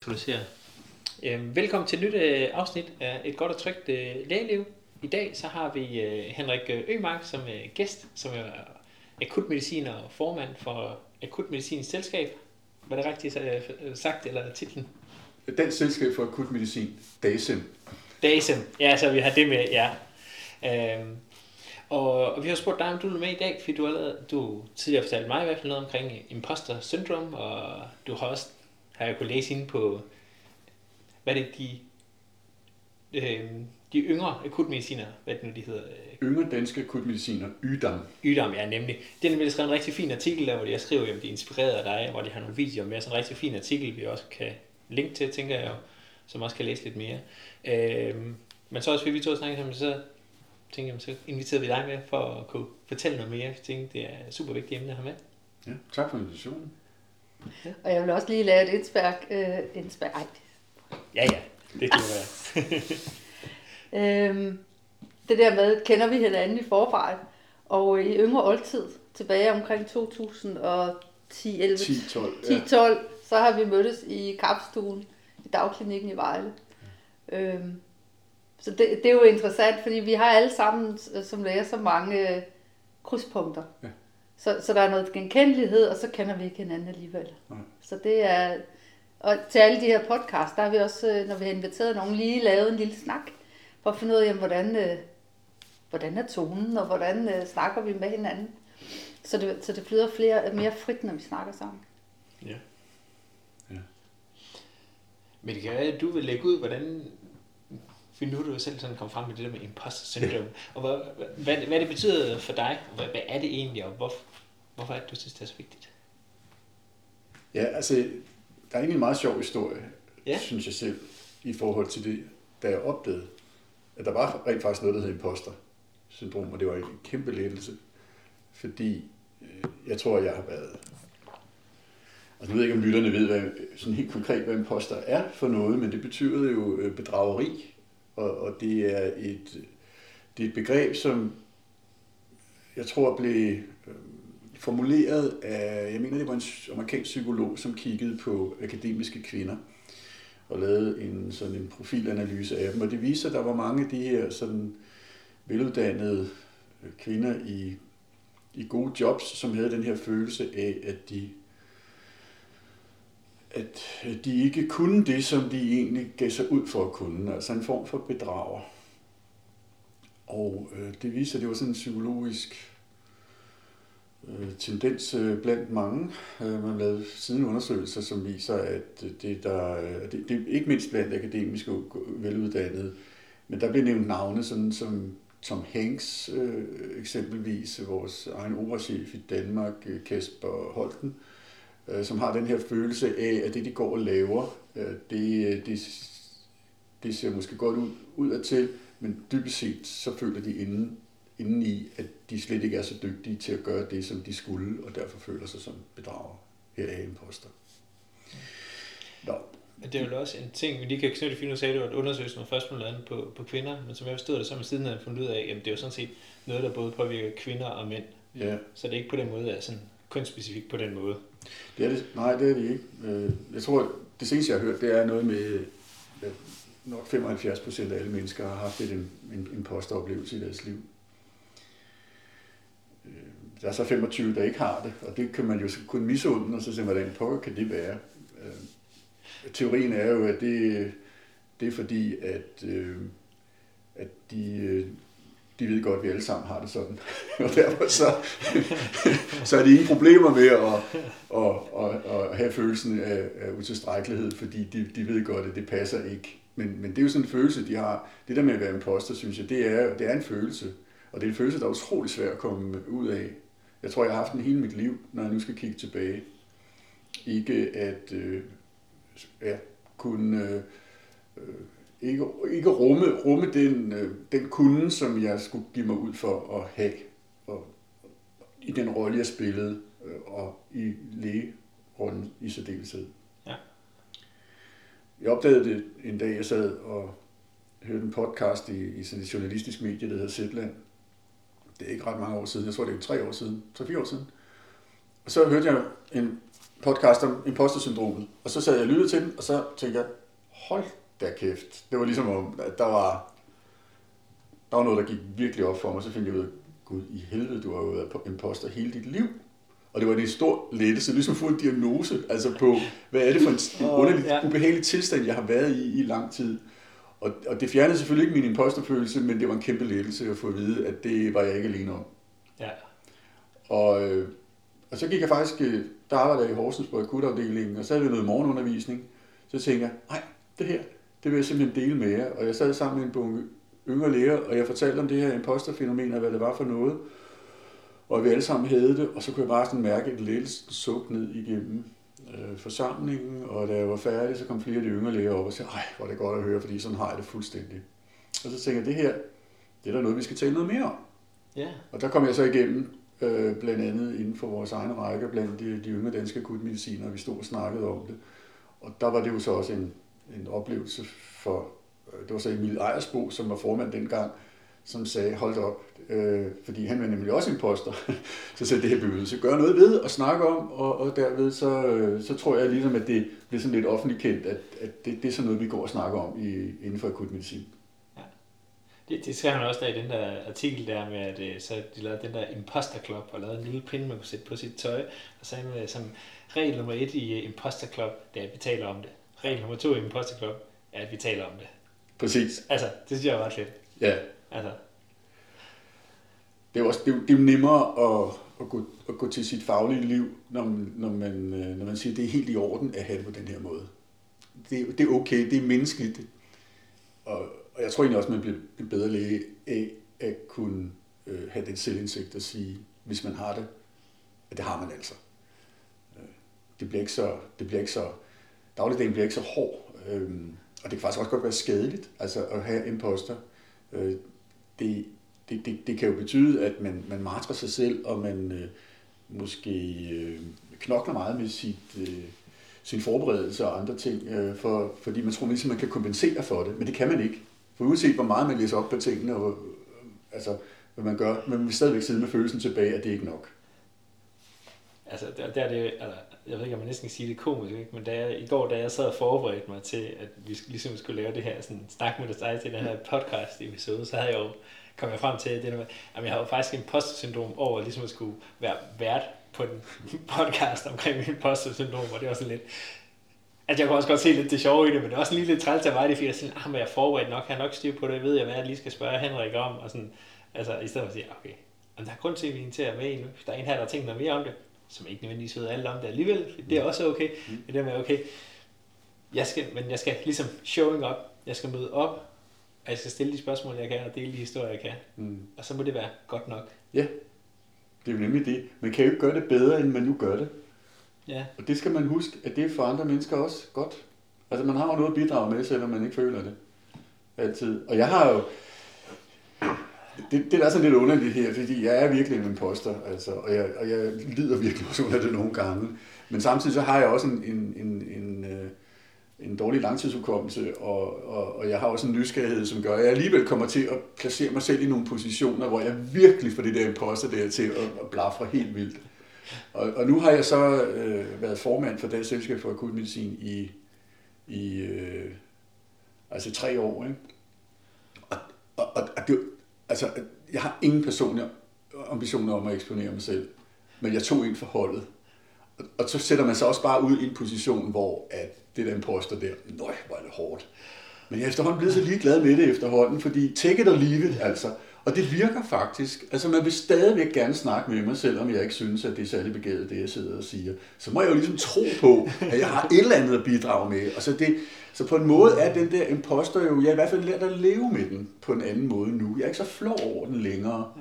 Introducere. Velkommen til et nyt afsnit af Et godt og trygt lægeliv. I dag så har vi Henrik Ømark som gæst, som er akutmediciner og formand for Akutmedicinsk Selskab. Var det rigtigt sagt, eller titlen? Dansk Selskab for Akutmedicin, DASEM. DASEM, ja, så vi har det med, ja. Og vi har spurgt dig, om du er med i dag, fordi du tidligere fortalte mig i hvert fald noget omkring imposter syndrome, og du har også, har jeg kunnet læse inde på, hvad det de yngre akutmediciner, hvad det nu de hedder? Yngre danske akutmediciner, YDAM. YDAM, ja, nemlig. Det er nemlig skrevet en rigtig fin artikel, der, hvor de har skrevet, at de er inspireret af dig, hvor de har nogle videoer med, sådan en rigtig fin artikel, vi også kan linke til, tænker jeg, som også kan læse lidt mere. Men så også, fordi vi to snakker sammen, så tænker jeg, så inviterer vi dig med for at kunne fortælle noget mere. Jeg tænker, det er et super vigtigt emne at have med. Ja, tak for invitationen. Ja. Og jeg vil også lige lave et indspark. Ja, det kan være. Det der med, kender vi hinanden i forvejen, og i yngre oldtid, tilbage omkring 2010, 11, 10-12, så har vi mødtes i Kapstuen, i dagklinikken i Vejle. Så det er jo interessant, fordi vi har alle sammen som læger så mange krydspunkter. Ja. Så der er noget genkendelighed, og så kender vi ikke hinanden alligevel. Ja. Så det er, og til alle de her podcasts, der har vi også, når vi har inviteret nogen, lige lavet en lille snak, for at finde ud af, hvordan er tonen, og hvordan snakker vi med hinanden. Så det flyder mere frit, når vi snakker sammen. Ja. Men det kan være, at du vil lægge ud, hvordan, for nu er du jo selv sådan kommet frem med det der med imposter syndrome, og hvad det betyder for dig, og hvad er det egentlig, og hvorfor er det, du synes, det er så vigtigt? Ja, altså, der er egentlig en meget sjov historie, synes jeg selv, i forhold til det, da jeg opdagede, at der var rent faktisk noget, der hed imposter syndrom, og det var en kæmpe lettelse, fordi jeg tror, jeg har været... Altså, jeg ved ikke, om lytterne ved sådan helt konkret, hvad imposter er for noget, men det betyder jo bedrageri, og det er et begreb, som jeg tror blev formuleret af, jeg mener, det var en amerikansk psykolog, som kiggede på akademiske kvinder og lavede sådan en profilanalyse af dem, og det viser, at der var mange af de her sådan veluddannede kvinder i gode jobs, som havde den her følelse af, at de ikke kunne det, som de egentlig gav sig ud for at kunne, altså en form for bedrager. Og det viser, at det var sådan en psykologisk tendens blandt mange. Man lavede siden undersøgelser, som viser, at det er ikke mindst blandt akademiske veluddannede, men der blev nævnt navne, sådan som Tom Hanks eksempelvis, vores egen operachef i Danmark, Kasper Holten, som har den her følelse af, at det, de går og laver, det ser måske godt ud af til, men dybest set, så føler de inden i, at de slet ikke er så dygtige til at gøre det, som de skulle, og derfor føler sig som bedrager. Her er imposter. Nå. Det er jo også en ting, vi lige kan knytte finde ud af, at undersøgelsen var først blevet lavet på kvinder, men som jeg forstod det, så med siden har jeg fundet ud af, at det er jo sådan set noget, der både påvirker kvinder og mænd. Ja. Så det er ikke på den måde, er sådan kønsspecifikt på den måde. Det er det. Nej, det er det ikke. Jeg tror, det seneste, jeg har hørt, det er noget med, at nok 75% af alle mennesker har haft en imposteroplevelse i deres liv. Der er så 25, der ikke har det, og det kan man jo kun misunde, og så siger man, hvordan pokker kan det være? Teorien er jo, at det er fordi, at de ved godt, at vi alle sammen har det sådan. Og derfor så er det ingen problemer med at have følelsen af utilstrækkelighed, fordi de ved godt, at det passer ikke. Men det er jo sådan en følelse, de har. Det der med at være imposter, synes jeg, det er en følelse. Og det er en følelse, der er utrolig svær at komme ud af. Jeg tror, jeg har haft den hele mit liv, når jeg nu skal kigge tilbage. Ikke at kunne... ikke rumme den kunde, som jeg skulle give mig ud for at have, og i den rolle, jeg spillede, og i lægerollen i særdeleshed. Ja. Jeg opdagede det en dag, jeg sad og hørte en podcast i sådan et journalistisk medie, der hedder Zetland. Det er ikke ret mange år siden, jeg tror det er 3-4 år siden. Og så hørte jeg en podcast om imposter-syndromet, og så sad jeg og lyttede til den, og så tænkte jeg, hold da kæft. Det var ligesom om, at der var noget, der gik virkelig op for mig, så fandt jeg ud af, gud i helvede, du har jo været på imposter hele dit liv. Og det var en stor lettelse, ligesom at få en diagnose, altså på, hvad er det for en underlig, ubehagelig tilstand, jeg har været i lang tid. Og det fjernede selvfølgelig ikke min imposterfølelse, men det var en kæmpe lettelse at få at vide, at det var jeg ikke alene om. Ja. Og så gik jeg faktisk, der arbejdede jeg i Horsens på akutafdelingen, og så havde vi noget morgenundervisning. Så tænkte jeg, nej, det her, det vil jeg simpelthen dele med jer. Og jeg sad sammen med en bunke yngre læger, og jeg fortalte om det her imposterfænomen, og hvad det var for noget. Og vi alle sammen havde det, og så kunne jeg bare sådan mærke et lettelse suk ned igennem forsamlingen, og da jeg var færdig, så kom flere af de yngre læger op og sagde, ej, hvor er det godt at høre, fordi sådan har jeg det fuldstændig. Og så tænkte jeg, det her, det er der noget, vi skal tale noget mere om. Yeah. Og der kom jeg så igennem, blandt andet inden for vores egne rækker, blandt de yngre danske akutmediciner, og vi stod og snakkede om det. Og der var det jo så også en oplevelse for, det var så Emil Ejersbo, som var formand dengang, som sagde, hold op, fordi han var nemlig også imposter. Så sagde det her behøver så gøre noget ved og snakke om, og derved så tror jeg ligesom, at det bliver sådan lidt offentligt kendt, at det er sådan noget, vi går og snakker om inden for akutmedicin. Ja. Det skrev han også der i den der artikel der med, at så de lavede den der imposter club, og lavede en lille pinde, man kunne sætte på sit tøj, og så som regel nummer 1 i imposter club, det er, at vi taler om det. Regel nummer 2 i imposter club er, at vi taler om det. Præcis. Altså, det synes jeg er ret fedt. Ja. Altså. Det er jo nemmere at gå til sit faglige liv, når man siger, at det er helt i orden at have det på den her måde. Det er okay, det er menneskeligt. Og jeg tror egentlig også, at man bliver en bedre læge af at kunne have den selvindsigt at sige, hvis man har det, at det har man altså. Det bliver ikke så dagligdagen bliver ikke så hård. Og det kan faktisk også godt være skadeligt, altså at have imposter. Det kan jo betyde, at man martrer sig selv, og man måske knokler meget med sin forberedelse og andre ting, fordi man tror, at man kan kompensere for det, men det kan man ikke. For uanset hvor meget man læser op på tingene, og altså, hvad man gør, man vil stadigvæk sidde med følelsen tilbage, at det ikke er nok. Altså, der er det, altså, jeg ved ikke, om man næsten kan sige det komisk, ikke? Men i går, da jeg sad og forberedte mig til, at vi ligesom skulle lave det her sådan, snak med dig til den her podcast-episode, så havde jeg jo kom jeg frem til, at jeg har jo faktisk imposter-syndrom over ligesom at skulle være vært på en podcast omkring imposter-syndrom, og det var sådan lidt, at jeg kunne også godt se lidt det sjove i det, men det var også lige lidt træls af mig, det fik jeg sådan, men jeg er forberedt nok, jeg har nok styr på det, jeg ved, hvad jeg lige skal spørge Henrik om, og sådan, altså i stedet for at sige, okay, men der er grund til, at vi inviterer med nu, der er en her, der har tænkt noget mere om det, som ikke nødvendigvis ved alt om det alligevel, det er også okay, det der med, okay, jeg skal ligesom showing up, jeg skal møde op, og jeg skal stille de spørgsmål, jeg kan, og dele de historier, jeg kan. Og så må det være godt nok. Ja, det er jo nemlig det. Man kan jo ikke gøre det bedre, end man nu gør det. Ja. Og det skal man huske, at det er for andre mennesker også godt. Altså man har jo noget at bidrage med, selvom man ikke føler det. Altid. Og jeg har jo... Det er sådan lidt underligt her, fordi jeg er virkelig en imposter, altså, og jeg lider virkelig også under det nogle gange. Men samtidig så har jeg også en dårlig langtidsudkommelse, og jeg har også en nysgerrighed, som gør, at jeg alligevel kommer til at placere mig selv i nogle positioner, hvor jeg virkelig får det der imposter der til at blafre helt vildt. Og nu har jeg så været formand for Dansk Selskab for Akutmedicin i 3 år, ikke? Og det, altså, jeg har ingen personlige ambitioner om at eksponere mig selv, men jeg tog ind for holdet. Og så sætter man sig også bare ud i en position, hvor at det der imposter der, nøj, hvor er det hårdt. Men jeg er efterhånden blevet så ligeglad med det efterhånden, fordi take it or leave it, altså. Og det virker faktisk. Altså man vil stadigvæk gerne snakke med mig, selvom jeg ikke synes, at det er særlig begavet, det jeg sidder og siger. Så må jeg jo ligesom tro på, at jeg har et eller andet at bidrage med. Og så på en måde er den der imposter jo, jeg har i hvert fald lært at leve med den på en anden måde nu. Jeg er ikke så flov over den længere.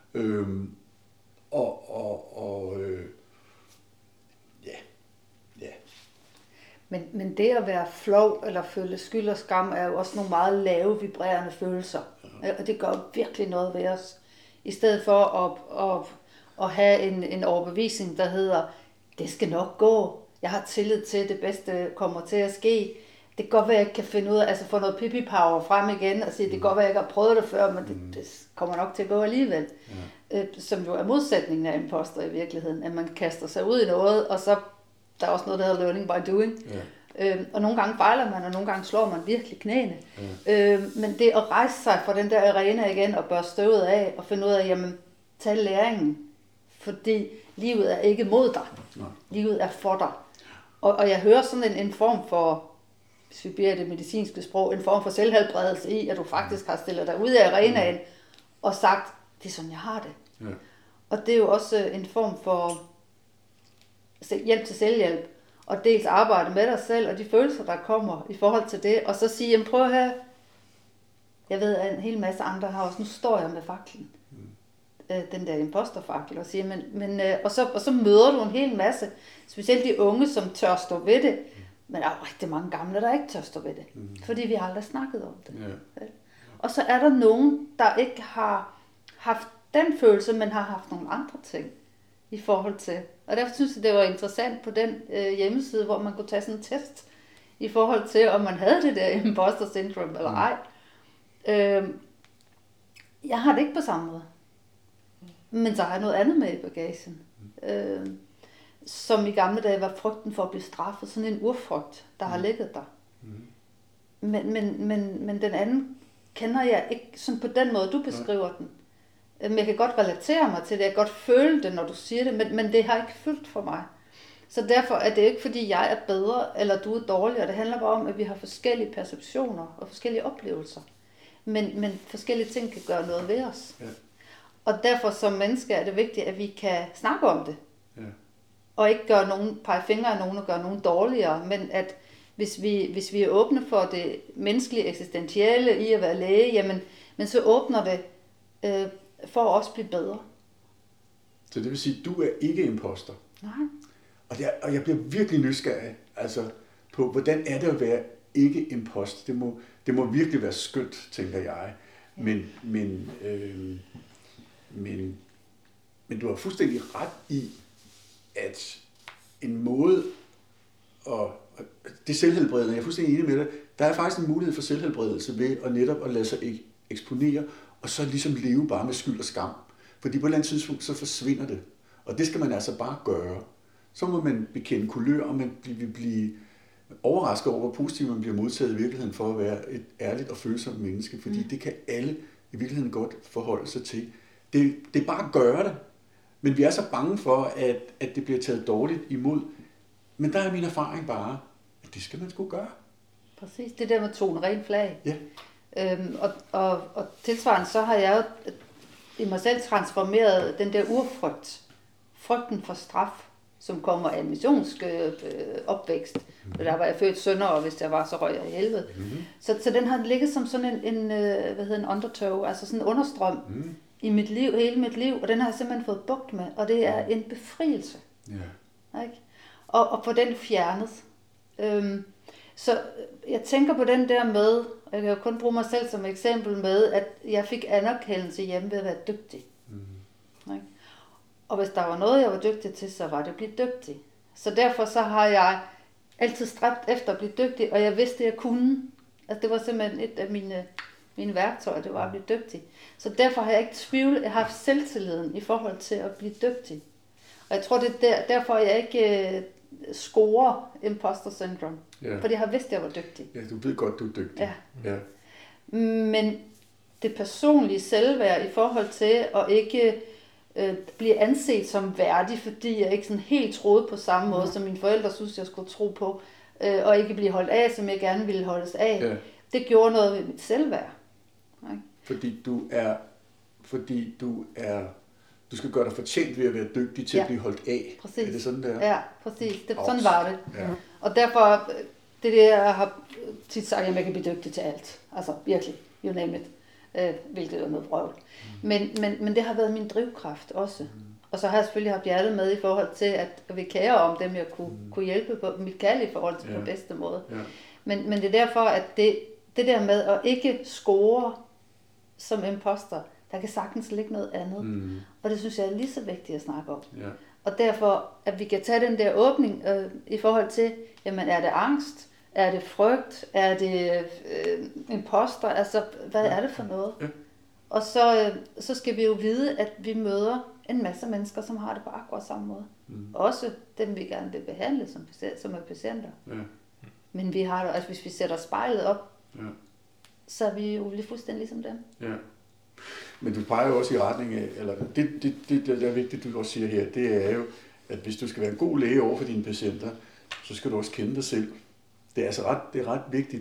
Men det at være flov eller føle skyld og skam er jo også nogle meget lave vibrerende følelser. Og det gør virkelig noget ved os. I stedet for at have en overbevisning, der hedder, det skal nok gå. Jeg har tillid til, at det bedste kommer til at ske. Det kan godt være, at jeg kan finde ud af, altså få noget pipi-power frem igen, og sige, det kan godt være, at jeg ikke har prøvet det før, men det kommer nok til at gå alligevel. Som jo er modsætningen af imposter i virkeligheden, at man kaster sig ud i noget, og så der er også noget, der hedder learning by doing. Og nogle gange fejler man, og nogle gange slår man virkelig knæene. Men det at rejse sig fra den der arena igen, og børste støvet af, og finde ud af, jamen, tag læringen. Fordi livet er ikke mod dig. Nej. Livet er for dig. Og jeg hører sådan en form for, hvis vi bliver det medicinske sprog, en form for selvhelbredelse i, at du faktisk har stillet dig ud af arenaen, og sagt, det er sådan, jeg har det. Ja. Og det er jo også en form for hjælp til selvhjælp, og dels arbejde med dig selv, og de følelser, der kommer i forhold til det, og så sige, jamen prøv at høre, jeg ved, at en hel masse andre har også, nu står jeg med faklen, den der imposterfakkel, og siger, og så møder du en hel masse, specielt de unge, som tør stå ved det, men der er jo rigtig mange gamle, der ikke tør stå ved det, fordi vi har aldrig snakket om det. Ja. Og så er der nogen, der ikke har haft den følelse, men har haft nogle andre ting i forhold til. Og derfor synes jeg, det var interessant på den hjemmeside, hvor man kunne tage sådan en test i forhold til, om man havde det der imposter syndrome eller ej. Jeg har det ikke på samme måde. Men så har jeg noget andet med i bagagen. Som i gamle dage var frygten for at blive straffet. Sådan en urfrygt, der har ligget der. Men den anden kender jeg ikke sådan på den måde, du beskriver den. Men jeg kan godt relatere mig til det, jeg kan godt føle det, når du siger det, men det har ikke fyldt for mig. Så derfor er det ikke, fordi jeg er bedre, eller du er dårligere. Det handler bare om, at vi har forskellige perceptioner og forskellige oplevelser. Men forskellige ting kan gøre noget ved os. Ja. Og derfor som mennesker er det vigtigt, at vi kan snakke om det. Ja. Og ikke gøre nogen, pege fingre af nogen og gøre nogen dårligere, men at hvis vi er åbne for det menneskelige eksistentielle i at være læge, jamen, men så åbner det for at også blive bedre. Så det vil sige, at du er ikke imposter? Nej. Og jeg bliver virkelig nysgerrig på, hvordan er det at være ikke imposter? Det må virkelig være skønt, tænker jeg. Men du har fuldstændig ret i, at en måde, og det selvhelbredende, jeg er fuldstændig enig med dig, der er faktisk en mulighed for selvhelbredelse ved at netop at lade sig eksponere, og så ligesom leve bare med skyld og skam. Fordi på et eller andet tidspunkt, så forsvinder det. Og det skal man altså bare gøre. Så må man bekende kulør, og man vil blive overrasket over, hvor positivt man bliver modtaget i virkeligheden for at være et ærligt og følsomt menneske. Fordi det kan alle i virkeligheden godt forholde sig til. Det er bare at gøre det. Men vi er så bange for, at det bliver taget dårligt imod. Men der er min erfaring bare, at det skal man sgu gøre. Præcis, det der med tone rent flag. Ja. Og tilsvarende så har jeg jo i mig selv transformeret den der urfrygt. Frygten for straf, som kommer af en missionsk opvækst. Der var jeg født sønder, og hvis jeg var, så røg jeg i helvede. Så den har ligget som sådan en undertow, altså sådan en understrøm i mit liv, hele mit liv, og den har jeg simpelthen fået bugt med, og det er en befrielse. Ja. Ikke? Og få den fjernet. Så jeg tænker på den der med, jeg kan jo kun bruge mig selv som eksempel med, at jeg fik anerkendelse hjemme ved at være dygtig. Ikke? Og hvis der var noget, jeg var dygtig til, så var det at blive dygtig. Så derfor så har jeg altid stræbt efter at blive dygtig, og jeg vidste, at jeg kunne. Altså det var simpelthen et af mine værktøjer, det var at blive dygtig. Så derfor har jeg ikke tvivlet, jeg har haft selvtilliden i forhold til at blive dygtig. Og jeg tror, det er derfor, jeg ikke scorer imposter syndrome. Ja. Fordi jeg har vidst, at jeg var dygtig. Ja, du ved godt, du er dygtig. Ja. Men det personlige selvværd i forhold til at ikke blive anset som værdig, fordi jeg ikke sådan helt troede på samme måde, som mine forældre synes, jeg skulle tro på, og ikke blive holdt af, som jeg gerne ville holdes af. Ja. Det gjorde noget ved mit selvværd. Okay? Fordi du skal gøre dig fortjent ved at være dygtig til at blive holdt af. Præcis. Er det sådan der? Ja, præcis. Sådan var det. Ja. Og derfor, det jeg har tit sagt, at jeg kan blive dygtig til alt. Altså virkelig, you name it. Hvilket er noget vrøvl. Men det har været min drivkraft også. Og så har jeg selvfølgelig haft hjertet med i forhold til, at vi kære om dem, jeg kunne hjælpe på mit kald i forhold til på bedste måde. Ja. Men det er derfor, at det der med at ikke score som imposter, der kan sagtens ligge noget andet. Og det synes jeg er lige så vigtigt at snakke om. Ja. Og derfor, at vi kan tage den der åbning i forhold til, jamen er det angst? Er det frygt? Er det imposter? Altså, hvad er det for noget? Ja. Og så skal vi jo vide, at vi møder en masse mennesker, som har det på akkurat samme måde. Også dem, vi gerne vil behandle, som er patienter. Ja. Men vi har, altså hvis vi sætter spejlet op, så er vi jo fuldstændig ligesom dem. Ja. Men du peger jo også i retning af, eller det der er vigtigt, du også siger her, det er jo, at hvis du skal være en god læge over for dine patienter, så skal du også kende dig selv. Det er altså ret vigtigt.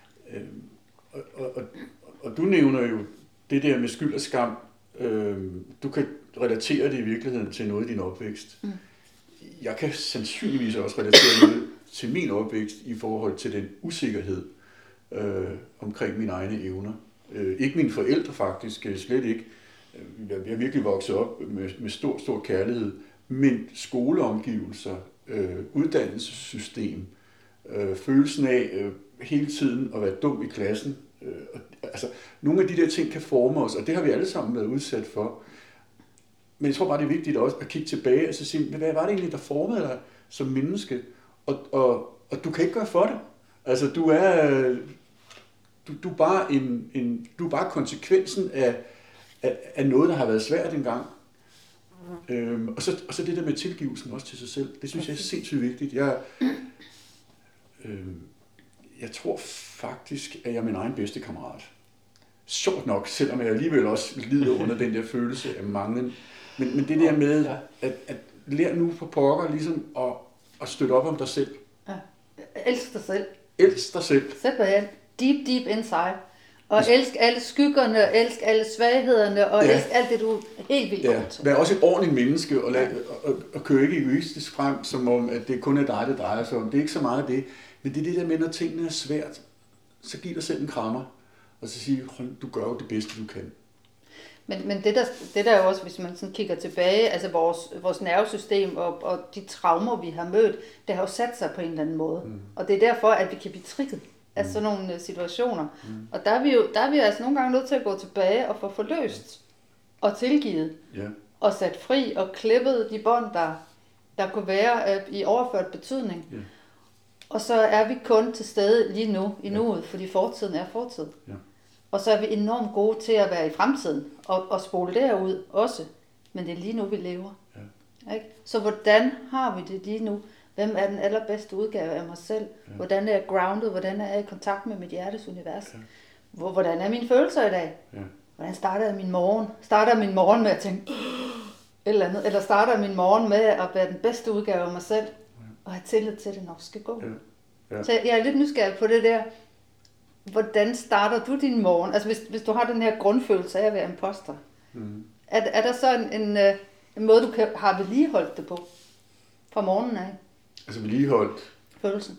Og du nævner jo det der med skyld og skam. Du kan relatere det i virkeligheden til noget i din opvækst. Jeg kan sandsynligvis også relatere noget til min opvækst i forhold til den usikkerhed omkring mine egne evner. Ikke mine forældre faktisk, slet ikke. Jeg er virkelig vokset op med stor kærlighed, men skoleomgivelser, uddannelsessystem, følelsen af hele tiden at være dum i klassen. Altså, nogle af de der ting kan forme os, og det har vi alle sammen været udsat for. Men jeg tror bare, det er vigtigt også at kigge tilbage og så sige, hvad var det egentlig, der formede dig som menneske? Og du kan ikke gøre for det. Altså, du er bare konsekvensen af noget, der har været svært engang. Og så det der med tilgivelsen også til sig selv. Det synes jeg er sindssygt vigtigt. Jeg tror faktisk, at jeg er min egen bedste kammerat. Sjovt nok, selvom jeg alligevel også lider under den der følelse af manglen. Men det der med at lære nu på pokker ligesom at støtte op om dig selv. Ja. Elsk dig selv. Elsk dig selv. Sæt dig ind. Deep inside. Og elsk alle skyggerne, elsk alle svaghederne, og elsk alt det, du er helt vildt god til. Vær også et ordentligt menneske, og køre ikke egoistisk frem, som om, at det kun er dig, det drejer sig om. Det er ikke så meget det. Men det er det der med, når tingene er svært, så giv dig selv en krammer, og så sige, du gør jo det bedste, du kan. Men det der er jo også, hvis man sådan kigger tilbage, altså vores nervesystem og de traumer, vi har mødt, det har jo sat sig på en eller anden måde. Og det er derfor, at vi kan blive trigget af sådan nogle situationer. Og der er vi altså nogle gange nødt til at gå tilbage og få forløst og tilgivet. Og sat fri og klippet de bånd, der kunne være i overført betydning. Og så er vi kun til stede lige nu, i nuet, fordi fortiden er fortid. Og så er vi enormt gode til at være i fremtiden, og spole derud også. Men det er lige nu, vi lever. Ikke? Så hvordan har vi det lige nu? Hvem er den allerbedste udgave af mig selv? Hvordan er jeg grounded? Hvordan er jeg i kontakt med mit hjertes univers? Hvordan er mine følelser i dag? Hvordan starter jeg min morgen? Starter jeg min morgen med at tænke et eller andet? Eller starter jeg min morgen med at være den bedste udgave af mig selv? Og have tillid til, at det nok skal gå. Så jeg er lidt nysgerrig på det der. Hvordan starter du din morgen? Altså hvis du har den her grundfølelse af at være imposter. Er der så en måde, du har vedligeholdt det på? Fra morgenen af? Altså vedligeholdt? Følelsen.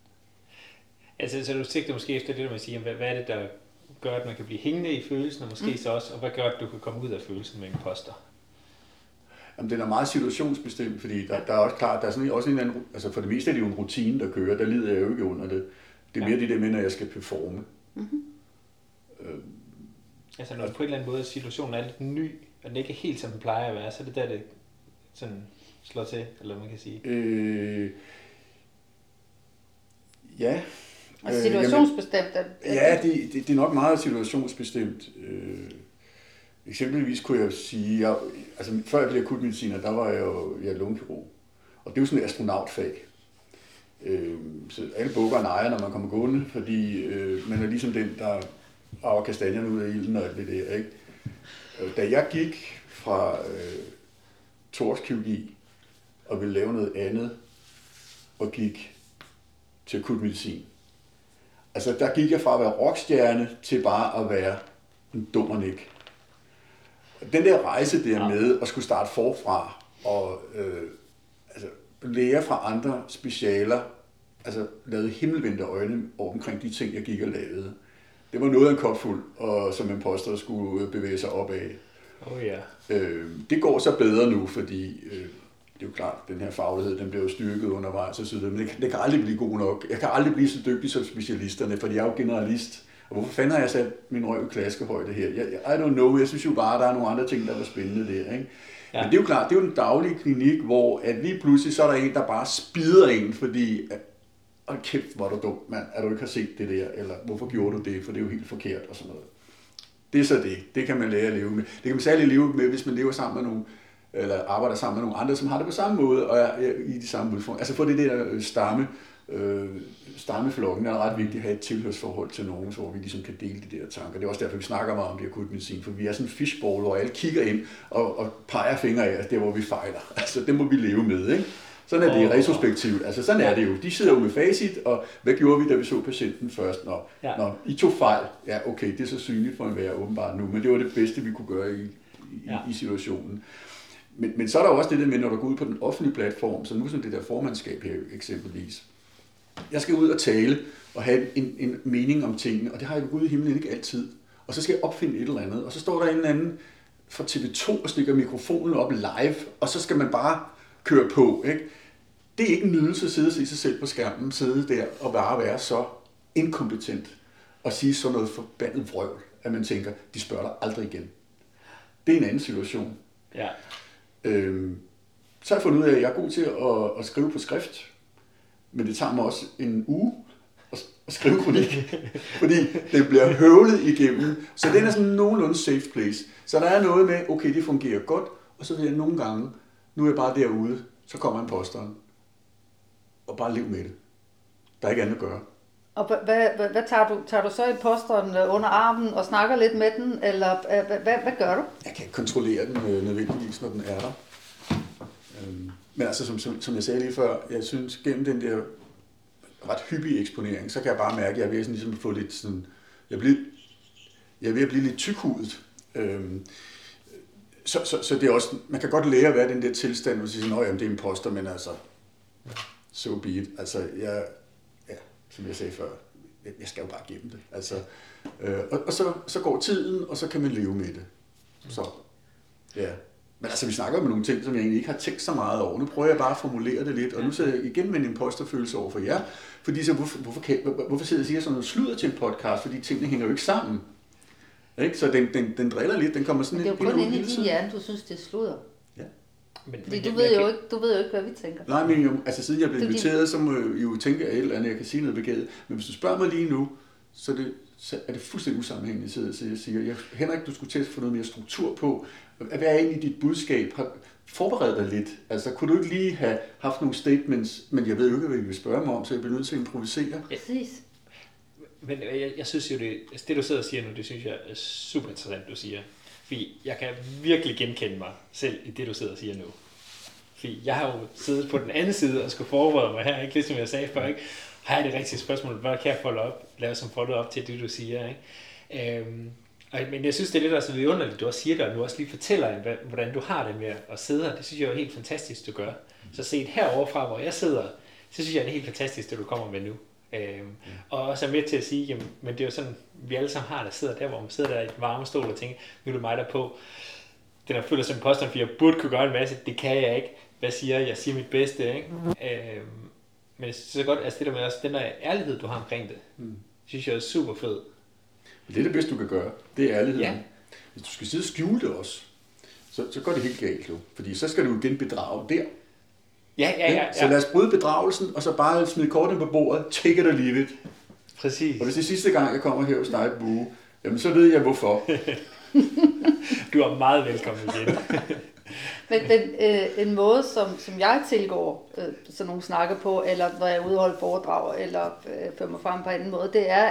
Altså så du sigter måske efter det, man siger, hvad er det, der gør, at man kan blive hængende i følelsen, og måske så også, og hvad gør, at du kan komme ud af følelsen med imposter? Jamen, den er meget situationsbestemt, fordi der er også klart, der er sådan også en anden, altså for det meste er det jo en rutine, der kører, der lider jeg jo ikke under det. Det er mere det der med, når jeg skal performe. Altså når på en eller anden måde situationen er lidt ny, og den ikke er helt som den plejer at være, så er det der, det sådan slår til, eller man kan sige. Ja. Og situationsbestemt? Det er nok meget situationsbestemt. Eksempelvis kunne jeg sige, før jeg blev akutmediciner, der var jeg jo lungekirurg. Og det er jo sådan et astronautfag. Så alle bukker og nejer, når man kommer gående, fordi man er ligesom den, der arver kastanjerne ud af ilden og alt det der, ikke? Da jeg gik fra thoraxkirurgi og ville lave noget andet, og gik til akutmedicin, altså der gik jeg fra at være rockstjerne til bare at være en dummernik. Den der rejse der med at skulle starte forfra og lære fra andre specialer, altså lavede himmelvendte øjne omkring de ting, jeg gik og lavede. Det var noget af en kopfuld, og som imposter skulle bevæge sig opad. Det går så bedre nu, fordi det er jo klart, den her faglighed, den bliver jo styrket undervejs og så videre, men det kan aldrig blive god nok. Jeg kan aldrig blive så dygtig som specialisterne, fordi jeg er jo generalist. Og hvorfor fanden har jeg sat min røv i klaskehøjde her? I don't know, jeg synes jo bare, at der er nogle andre ting, der var spændende der, ikke? Men det er jo klart, det er jo den daglige klinik, hvor at lige pludselig så er der en, der bare spider en, fordi kæft, hvor er du dum, mand, at du ikke har set det der, eller hvorfor gjorde du det, for det er jo helt forkert og sådan noget. Det er så det. Det kan man lære at leve med. Det kan man særligt leve med, hvis man lever sammen med nogle eller arbejder sammen med nogle andre, som har det på samme måde, og er i de samme udfordringer. Altså for det der stammeflokken er ret vigtigt at have et tilhørsforhold til nogen, hvor vi ligesom kan dele de der tanker. Det er også derfor, vi snakker meget om det akutmedicin, for vi er sådan en fishbowl, hvor alle kigger ind og peger fingre af os, der hvor vi fejler. Altså det må vi leve med, ikke? Sådan er det retrospektivt. Altså sådan er det jo. De sidder jo med facit, og hvad gjorde vi, da vi så patienten først? Når I tog fejl. Ja, okay, det er så synligt for enhver åbenbart nu, men det var det bedste, vi kunne gøre i situationen. Men så er der jo også det der med, når du går ud på den offentlige platform, så nu som det der formandskab her eksempelvis. Jeg skal ud og tale og have en mening om tingene, og det har jeg jo ude i himlen ikke altid. Og så skal jeg opfinde et eller andet, og så står der en eller anden fra TV2 og stikker mikrofonen op live, og så skal man bare køre på, ikke? Det er ikke en nydelse at sidde og se sig selv på skærmen, sidde der og bare være så inkompetent og sige sådan noget forbandet vrøvl, at man tænker, de spørger dig aldrig igen. Det er en anden situation. Ja. Så har jeg fundet ud af, at jeg er god til at skrive på skrift, men det tager mig også en uge at skrive kronik, fordi det bliver høvlet igennem. Så den er sådan nogenlunde safe place. Så der er noget med, okay, det fungerer godt, og så vil jeg nogle gange, nu er jeg bare derude, så kommer imposteren, og bare lev med det. Der er ikke andet at gøre. Og hvad tager du så imposteren under armen og snakker lidt med den, eller hvad gør du? Jeg kan ikke kontrollere den nødvendigvis, når den er der. Men altså, som jeg sagde lige før, jeg synes, gennem den der ret hyppige eksponering, så kan jeg bare mærke, at jeg er ved at ligesom få lidt sådan, jeg er ved at blive lidt tykhudet. Så det er også, man kan godt lære at være den der tilstand, hvor man siger, at det er imposter, men altså, so be it. Altså, som jeg sagde før, jeg skal jo bare gemme det. Altså, og så går tiden, og så kan man leve med det. Så, ja. Men altså, vi snakker om nogle ting, som jeg egentlig ikke har tænkt så meget over. Nu prøver jeg bare at formulere det lidt, og nu sidder jeg igen med en imposterfølelse over for jer. Fordi så, hvorfor sidder jeg og siger sådan noget sludder til en podcast, fordi tingene hænger jo ikke sammen. Ikke? Så den driller lidt, den kommer sådan lidt. Det er jo kun inde i din hjerne, du synes, det er sludder. Ja. Fordi du ved jo ikke, hvad vi tænker. Nej, men jo, altså siden jeg blev inviteret, så må jeg jo tænke af et eller andet, jeg kan sige noget begavet. Men hvis du spørger mig lige nu, så er det fuldstændig usammenhængende, så jeg siger, Henrik, du skulle til at få noget mere struktur på. Hvad er egentlig dit budskab? Forbered dig lidt. Altså, kunne du ikke lige have haft nogle statements, men jeg ved jo ikke, hvad I vil spørge mig om, så jeg bliver nødt til at improvisere. Præcis. Men jeg synes jo, det du sidder og siger nu, det synes jeg er super interessant, du siger. Fordi jeg kan virkelig genkende mig selv i det, du sidder og siger nu. Fordi jeg har jo siddet på den anden side og skulle forberede mig her, ikke? Ligesom jeg sagde før, ikke? Har jeg det rigtige spørgsmål? Hvad kan jeg lave som follow op til det, du siger? Ikke? Men jeg synes, det er lidt også vidunderligt, du også siger det, og du også lige fortæller, hvordan du har det med at sidde her. Det synes jeg er helt fantastisk, du gør. Så set heroverfra, hvor jeg sidder, så synes jeg, det er helt fantastisk, det du kommer med nu. Og også er med til at sige, jamen, men det er jo sådan, vi alle sammen har, der sidder der, hvor man sidder der i et varme stol og tænker, nu er det mig der på. Den der føler som imposter, fordi jeg burde kunne gøre en masse, det kan jeg ikke. Hvad siger jeg? Jeg siger mit bedste, ikke? Men jeg synes så godt, altså det der med også, den der ærlighed, du har omkring det, synes jeg er super fed. Det er det bedste, du kan gøre. Det er ærligheden. Ja. Hvis du skal sidde og skjule det også, så går det helt galt jo. Fordi så skal du igen bedrage der. Ja. Så lad os bryde bedragelsen, og så bare smide kortene på bordet. Take it or leave it. Præcis. Og hvis det er sidste gang, jeg kommer her hos dig, Bue, jamen så ved jeg hvorfor. Du er meget velkommen igen. Men en måde, som jeg tilgår sådan nogle snakker på, eller når jeg udholder foredrag, eller fører mig frem på en anden måde, det er,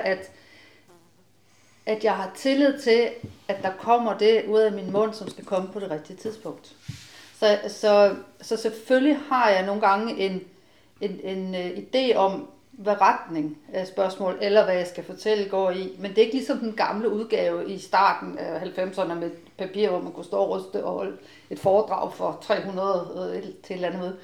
at jeg har tillid til, at der kommer det ud af min mund, som skal komme på det rigtige tidspunkt. Så selvfølgelig har jeg nogle gange en idé om, hvad retning af spørgsmål, eller hvad jeg skal fortælle, går i. Men det er ikke ligesom den gamle udgave i starten af 90'erne med papir, hvor man kunne stå og ryste og holde et foredrag for 300 til et eller andet møde.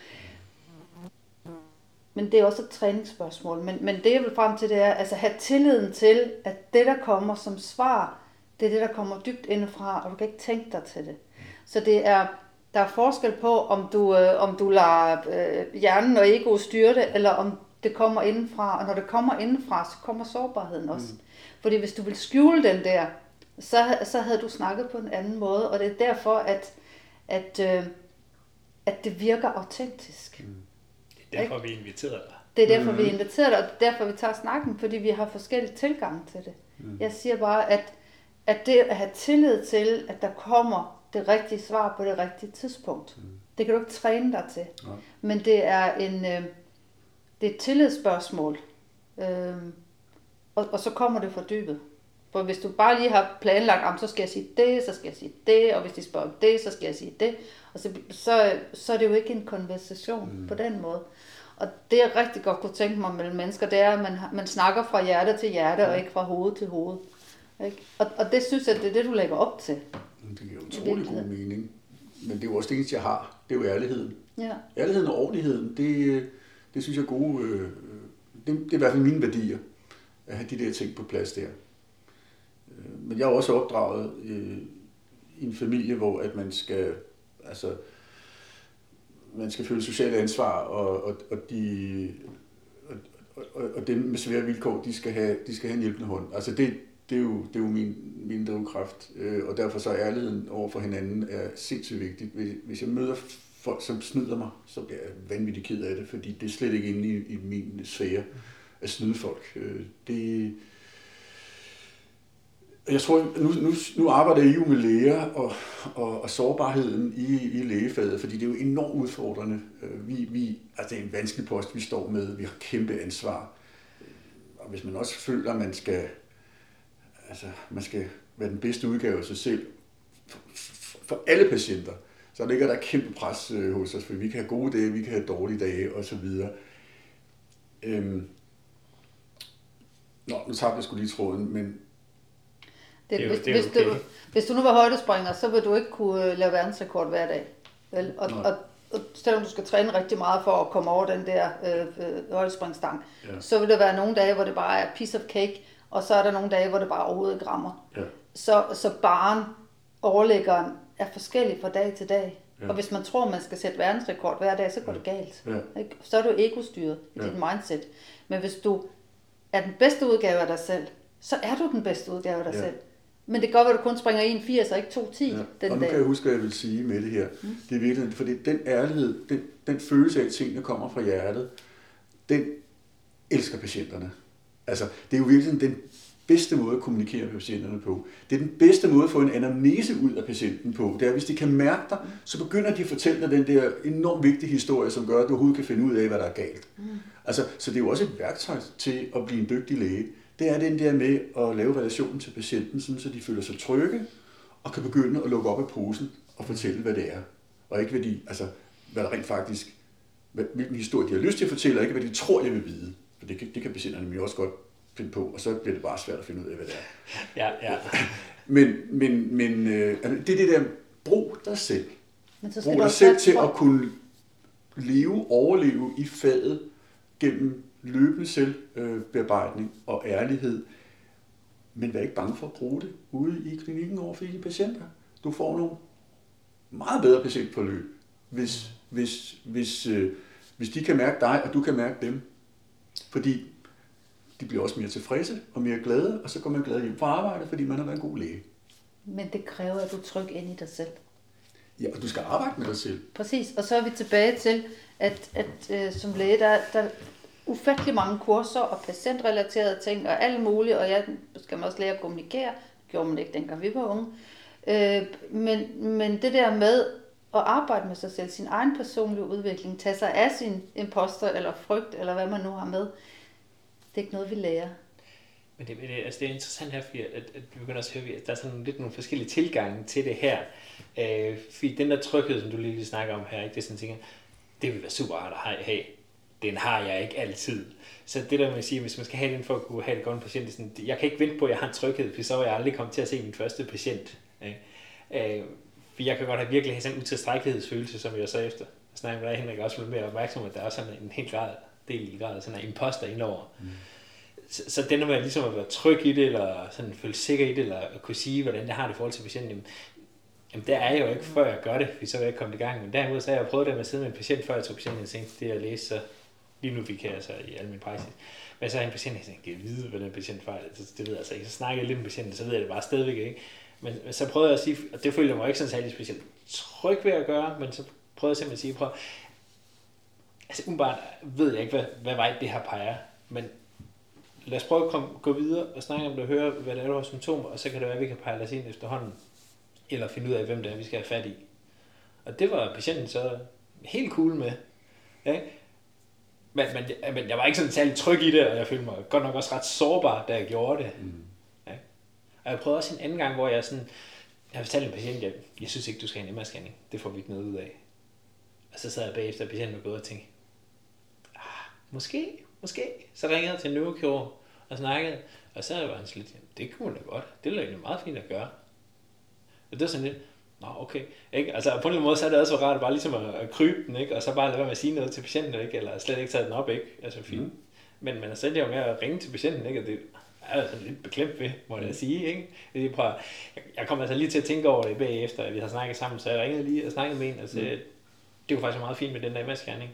Men det er også et træningsspørgsmål. Men det jeg vil frem til, det er altså have tilliden til, at det der kommer som svar, det er det der kommer dybt indefra, og du kan ikke tænke dig til det. Så der er forskel på, om du lader hjernen og ego styre det, eller om det kommer indenfra, og når det kommer indenfra, så kommer sårbarheden også. Fordi hvis du vil skjule den der, så havde du snakket på en anden måde, og det er derfor, at det virker autentisk. Det er derfor, vi inviterer dig. Det er derfor, vi inviterer dig, og det er derfor, vi tager snakken, fordi vi har forskellige tilgang til det. Jeg siger bare, at det at have tillid til, at der kommer det rigtige svar på det rigtige tidspunkt. Det kan du ikke træne dig til. Ja. Men det er det er et tillidsspørgsmål. Og så kommer det fra dybet. For hvis du bare lige har planlagt, så skal jeg sige det, så skal jeg sige det, og hvis de spørger om det, så skal jeg sige det. Og så er det jo ikke en konversation på den måde. Og det jeg rigtig godt kunne tænke mig mellem mennesker, det er, at man snakker fra hjerte til hjerte, og ikke fra hoved til hoved. Ikke? Og det synes jeg, det er det, du lægger op til. Det giver utrolig god mening. Men det er jo også det eneste, jeg har. Det er jo ærligheden. Ja. Ærligheden og ordentligheden, det synes jeg er gode. Det er i hvert fald mine værdier, at have de der ting på plads der. Men jeg er også opdraget i en familie, hvor at man skal føle socialt ansvar, og dem med svære vilkår, de skal have en hjælpende hånd. Altså det er jo min drivkraft, og derfor så er ærligheden over for hinanden er sindssygt vigtigt. Hvis jeg møder folk, som snyder mig, så bliver jeg vanvittigt ked af det, fordi det er slet ikke inde i min sfære at snyde folk. Jeg tror, nu arbejder jeg jo med læger og sårbarheden i lægefaget, fordi det er jo enormt udfordrende. Altså det er en vanskelig post, vi står med. Vi har kæmpe ansvar. Og hvis man også føler, at man skal være den bedste udgave af sig selv for alle patienter, så ligger der kæmpe pres hos os, for vi kan have gode dage, vi kan have dårlige dage osv. Nu tager jeg sgu lige tråden, men hvis du nu var højdespringer, så vil du ikke kunne lave verdensrekord hver dag. Vel? Og selvom du skal træne rigtig meget for at komme over den der højdespringstang, så vil der være nogle dage, hvor det bare er piece of cake, og så er der nogle dage, hvor det bare overhovedet ikke rammer. Ja. Så barren, overlæggeren, er forskellig fra dag til dag. Ja. Og hvis man tror, man skal sætte verdensrekord hver dag, så går det galt. Ja. Så er du egostyret i dit mindset. Men hvis du er den bedste udgave af dig selv, så er du den bedste udgave af dig selv. Men det kan godt være, at du kun springer 1,80 og ikke 2,10 den dag. Og nu kan jeg huske, hvad jeg vil sige med det her. Det er virkelig, fordi den ærlighed, den følelse af, at tingene kommer fra hjertet, den elsker patienterne. Altså, det er jo virkelig den bedste måde at kommunikere med patienterne på. Det er den bedste måde at få en anamnese ud af patienten på. Det er, hvis de kan mærke dig, så begynder de at fortælle dig den der enormt vigtige historie, som gør, at du overhovedet kan finde ud af, hvad der er galt. Altså, så det er jo også et værktøj til at blive en dygtig læge. Det er den der med at lave relationen til patienten, sådan, så de føler sig trygge og kan begynde at lukke op af posen og fortælle, hvad det er. Og ikke hvad der rent faktisk, hvilken historie de har lyst til at fortælle, og ikke hvad de tror, jeg vil vide. For det kan patienterne jo også godt finde på, og så bliver det bare svært at finde ud af, hvad det er. Ja. Men det er det der, brug dig selv. Brug dig selv til at kunne overleve i faget gennem løbende selvbearbejdning og ærlighed. Men vær ikke bange for at bruge det ude i klinikken over for dine patienter. Du får nogle meget bedre patientforløb, hvis de kan mærke dig, og du kan mærke dem. Fordi de bliver også mere tilfredse og mere glade, og så går man glad hjem fra arbejde, fordi man har været en god læge. Men det kræver, at du trykker ind i dig selv. Ja, og du skal arbejde med dig selv. Præcis, og så er vi tilbage til, at som læge, der ufattelig mange kurser og patientrelaterede ting og alt muligt, og jeg skal også lære at kommunikere. Det gjorde man ikke, dengang vi var unge. Men det der med at arbejde med sig selv, sin egen personlige udvikling, tage sig af sin imposter eller frygt, eller hvad man nu har med, det er ikke noget, vi lærer. Men det er interessant her, fordi at vi begynder at høre, at der er sådan lidt nogle forskellige tilgange til det her. Fordi den der tryghed, som du lige snakker om her, ikke, det er sådan, tænker, det vil være super rart at have. Den har jeg ikke altid. Så det der med at sige, hvis man skal have den for at kunne have det godt en patient, det er sådan, jeg kan ikke vente på, at jeg har en tryghed, for så vil jeg aldrig komme til at se min første patient. For jeg kan godt virkelig sådan en utilstrækkelighedsfølelse, som jeg så efter snakker med dig, Henrik, også lidt mere opmærksom, at der er også sådan en helt del i grad sådan en imposter indover. Så den der med ligesom at være tryg i det, eller sådan føle sikker i det, eller at kunne sige, hvordan jeg har det i forhold til patienten, jamen der er jeg jo ikke, før jeg gør det, fordi så vil jeg ikke komme i gang. Men derimod så har jeg prøvet det med at sidde med en patient, før jeg tog patienten, og tænkte, det jeg læste, så lige nu fik jeg altså i al min praksis. Men så er en patient, jeg tænkte, jeg vide, hvad den patient fejler, det ved jeg altså ikke. Så snakker jeg lidt med patienten, så ved jeg det bare stadigvæk ikke. Men så prøvede jeg at sige, og det følte jeg mig ikke sådan særlig specielt tryg ved at gøre, men så prøvede jeg simpelthen at sige, altså umiddelbart ved jeg ikke, hvad vej det her peger, men lad os prøve at gå videre og snakke om det og høre, hvad det er, du har symptomer, og så kan det være, at vi kan pejle os ind efterhånden. eller finde ud af, hvem det er, vi skal have fat i. Og det var patienten så helt cool med. Ja? Men jeg var ikke sådan særlig tryg i det, og jeg følte mig godt nok også ret sårbar, da jeg gjorde det. Ja? Og jeg prøvede også en anden gang, hvor jeg fortalte en patient, jeg synes ikke, du skal have en MR-scanning. Det får vi ikke noget ud af. Og så sad jeg bagefter, at patienten var gået og tænkte, måske. Så ringede jeg til en neurokirurg og snakkede, og så var han sådan lidt, det kunne man da godt. Det er egentlig meget fint at gøre. Og det var sådan lidt, okay. Ikke? Altså på en eller anden måde, så er det også rart bare ligesom at krybe den, ikke? Og så bare lade være med at sige noget til patienten, ikke? Eller slet ikke tage den op, ikke? Altså fint. Men man er selv jo med at ringe til patienten, ikke? Og det er jeg sådan lidt beklemt ved, må jeg sige, ikke? Jeg kom altså lige til at tænke over det bagefter, at vi har snakket sammen, så jeg ringede lige og snakkede med en, og sagde, det var faktisk meget fint med den der MR-scanning.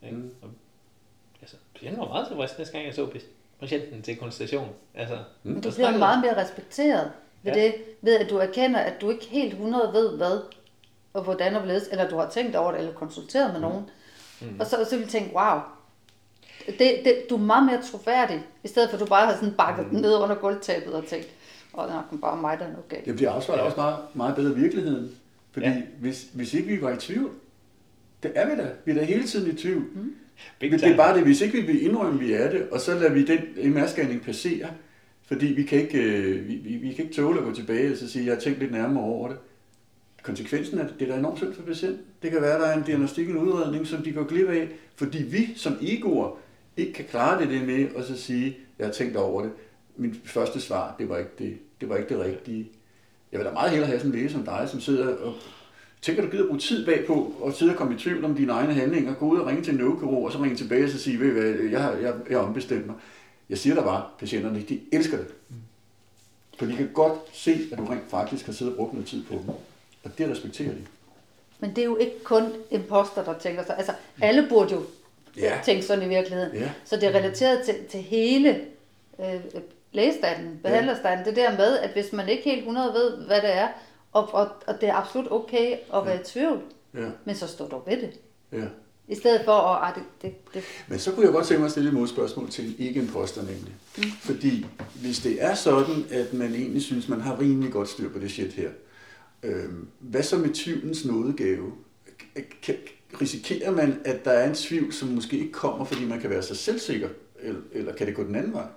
Altså, patienten var meget tilfreds næste gang, jeg så patienten til konsultation. Altså, du bliver meget mere respekteret ved det, ved at du erkender, at du ikke helt 100 ved hvad, og hvordan og hvorledes, eller du har tænkt over det, eller konsulteret med nogen. Og så vil du tænke, wow, du er meget mere troværdig, i stedet for at du bare har sådan bakket den ned under gulvtæppet og tænkt, det er nok bare mig, der er noget galt. Det bliver også meget, meget bedre virkeligheden, fordi hvis ikke vi var i tvivl, det er vi da. Vi er da hele tiden i tvivl. Det er bare det, hvis ikke vi vil indrømme, vi er det, og så lader vi den MR-scanning passere, fordi vi kan ikke tåle at gå tilbage og så sige, jeg har tænkt lidt nærmere over det. Konsekvensen af det er da enormt synd for patienten. Det kan være, at der er en diagnostik, en udredning, som de går glip af, fordi vi som egoer ikke kan klare det med at så sige, jeg har tænkt over det. Mit første svar, det var ikke det rigtige. Jeg vil da meget hellere have sådan en læge som dig, som sidder og tænker, du gider bruge tid bagpå og sidde og komme i tvivl om dine egne handlinger, gå ud og ringe til en neurokirurg, og så ringe tilbage og så sige, ved hvad, jeg ombestemt mig. Jeg siger der bare, patienterne, de elsker det. For de kan godt se, at du rent faktisk har siddet og brugt noget tid på dem. Og det respekterer de. Men det er jo ikke kun imposter, der tænker sig. Altså, alle burde jo tænke sådan i virkeligheden. Ja. Så det er relateret til hele lægestanden, behandlerstanden. Det der med, at hvis man ikke helt 100 ved, hvad det er, og det er absolut okay at være i tvivl, men så står du ved det. Ja. I stedet for at... det. Men så kunne jeg godt tænke mig at stille et modspørgsmål til en ikke-imposter nemlig. Fordi hvis det er sådan, at man egentlig synes, man har rimelig godt styr på det shit her, hvad så med tvivlens nådegave? Risikerer man, at der er en tvivl, som måske ikke kommer, fordi man kan være så selvsikker, eller kan det gå den anden vej?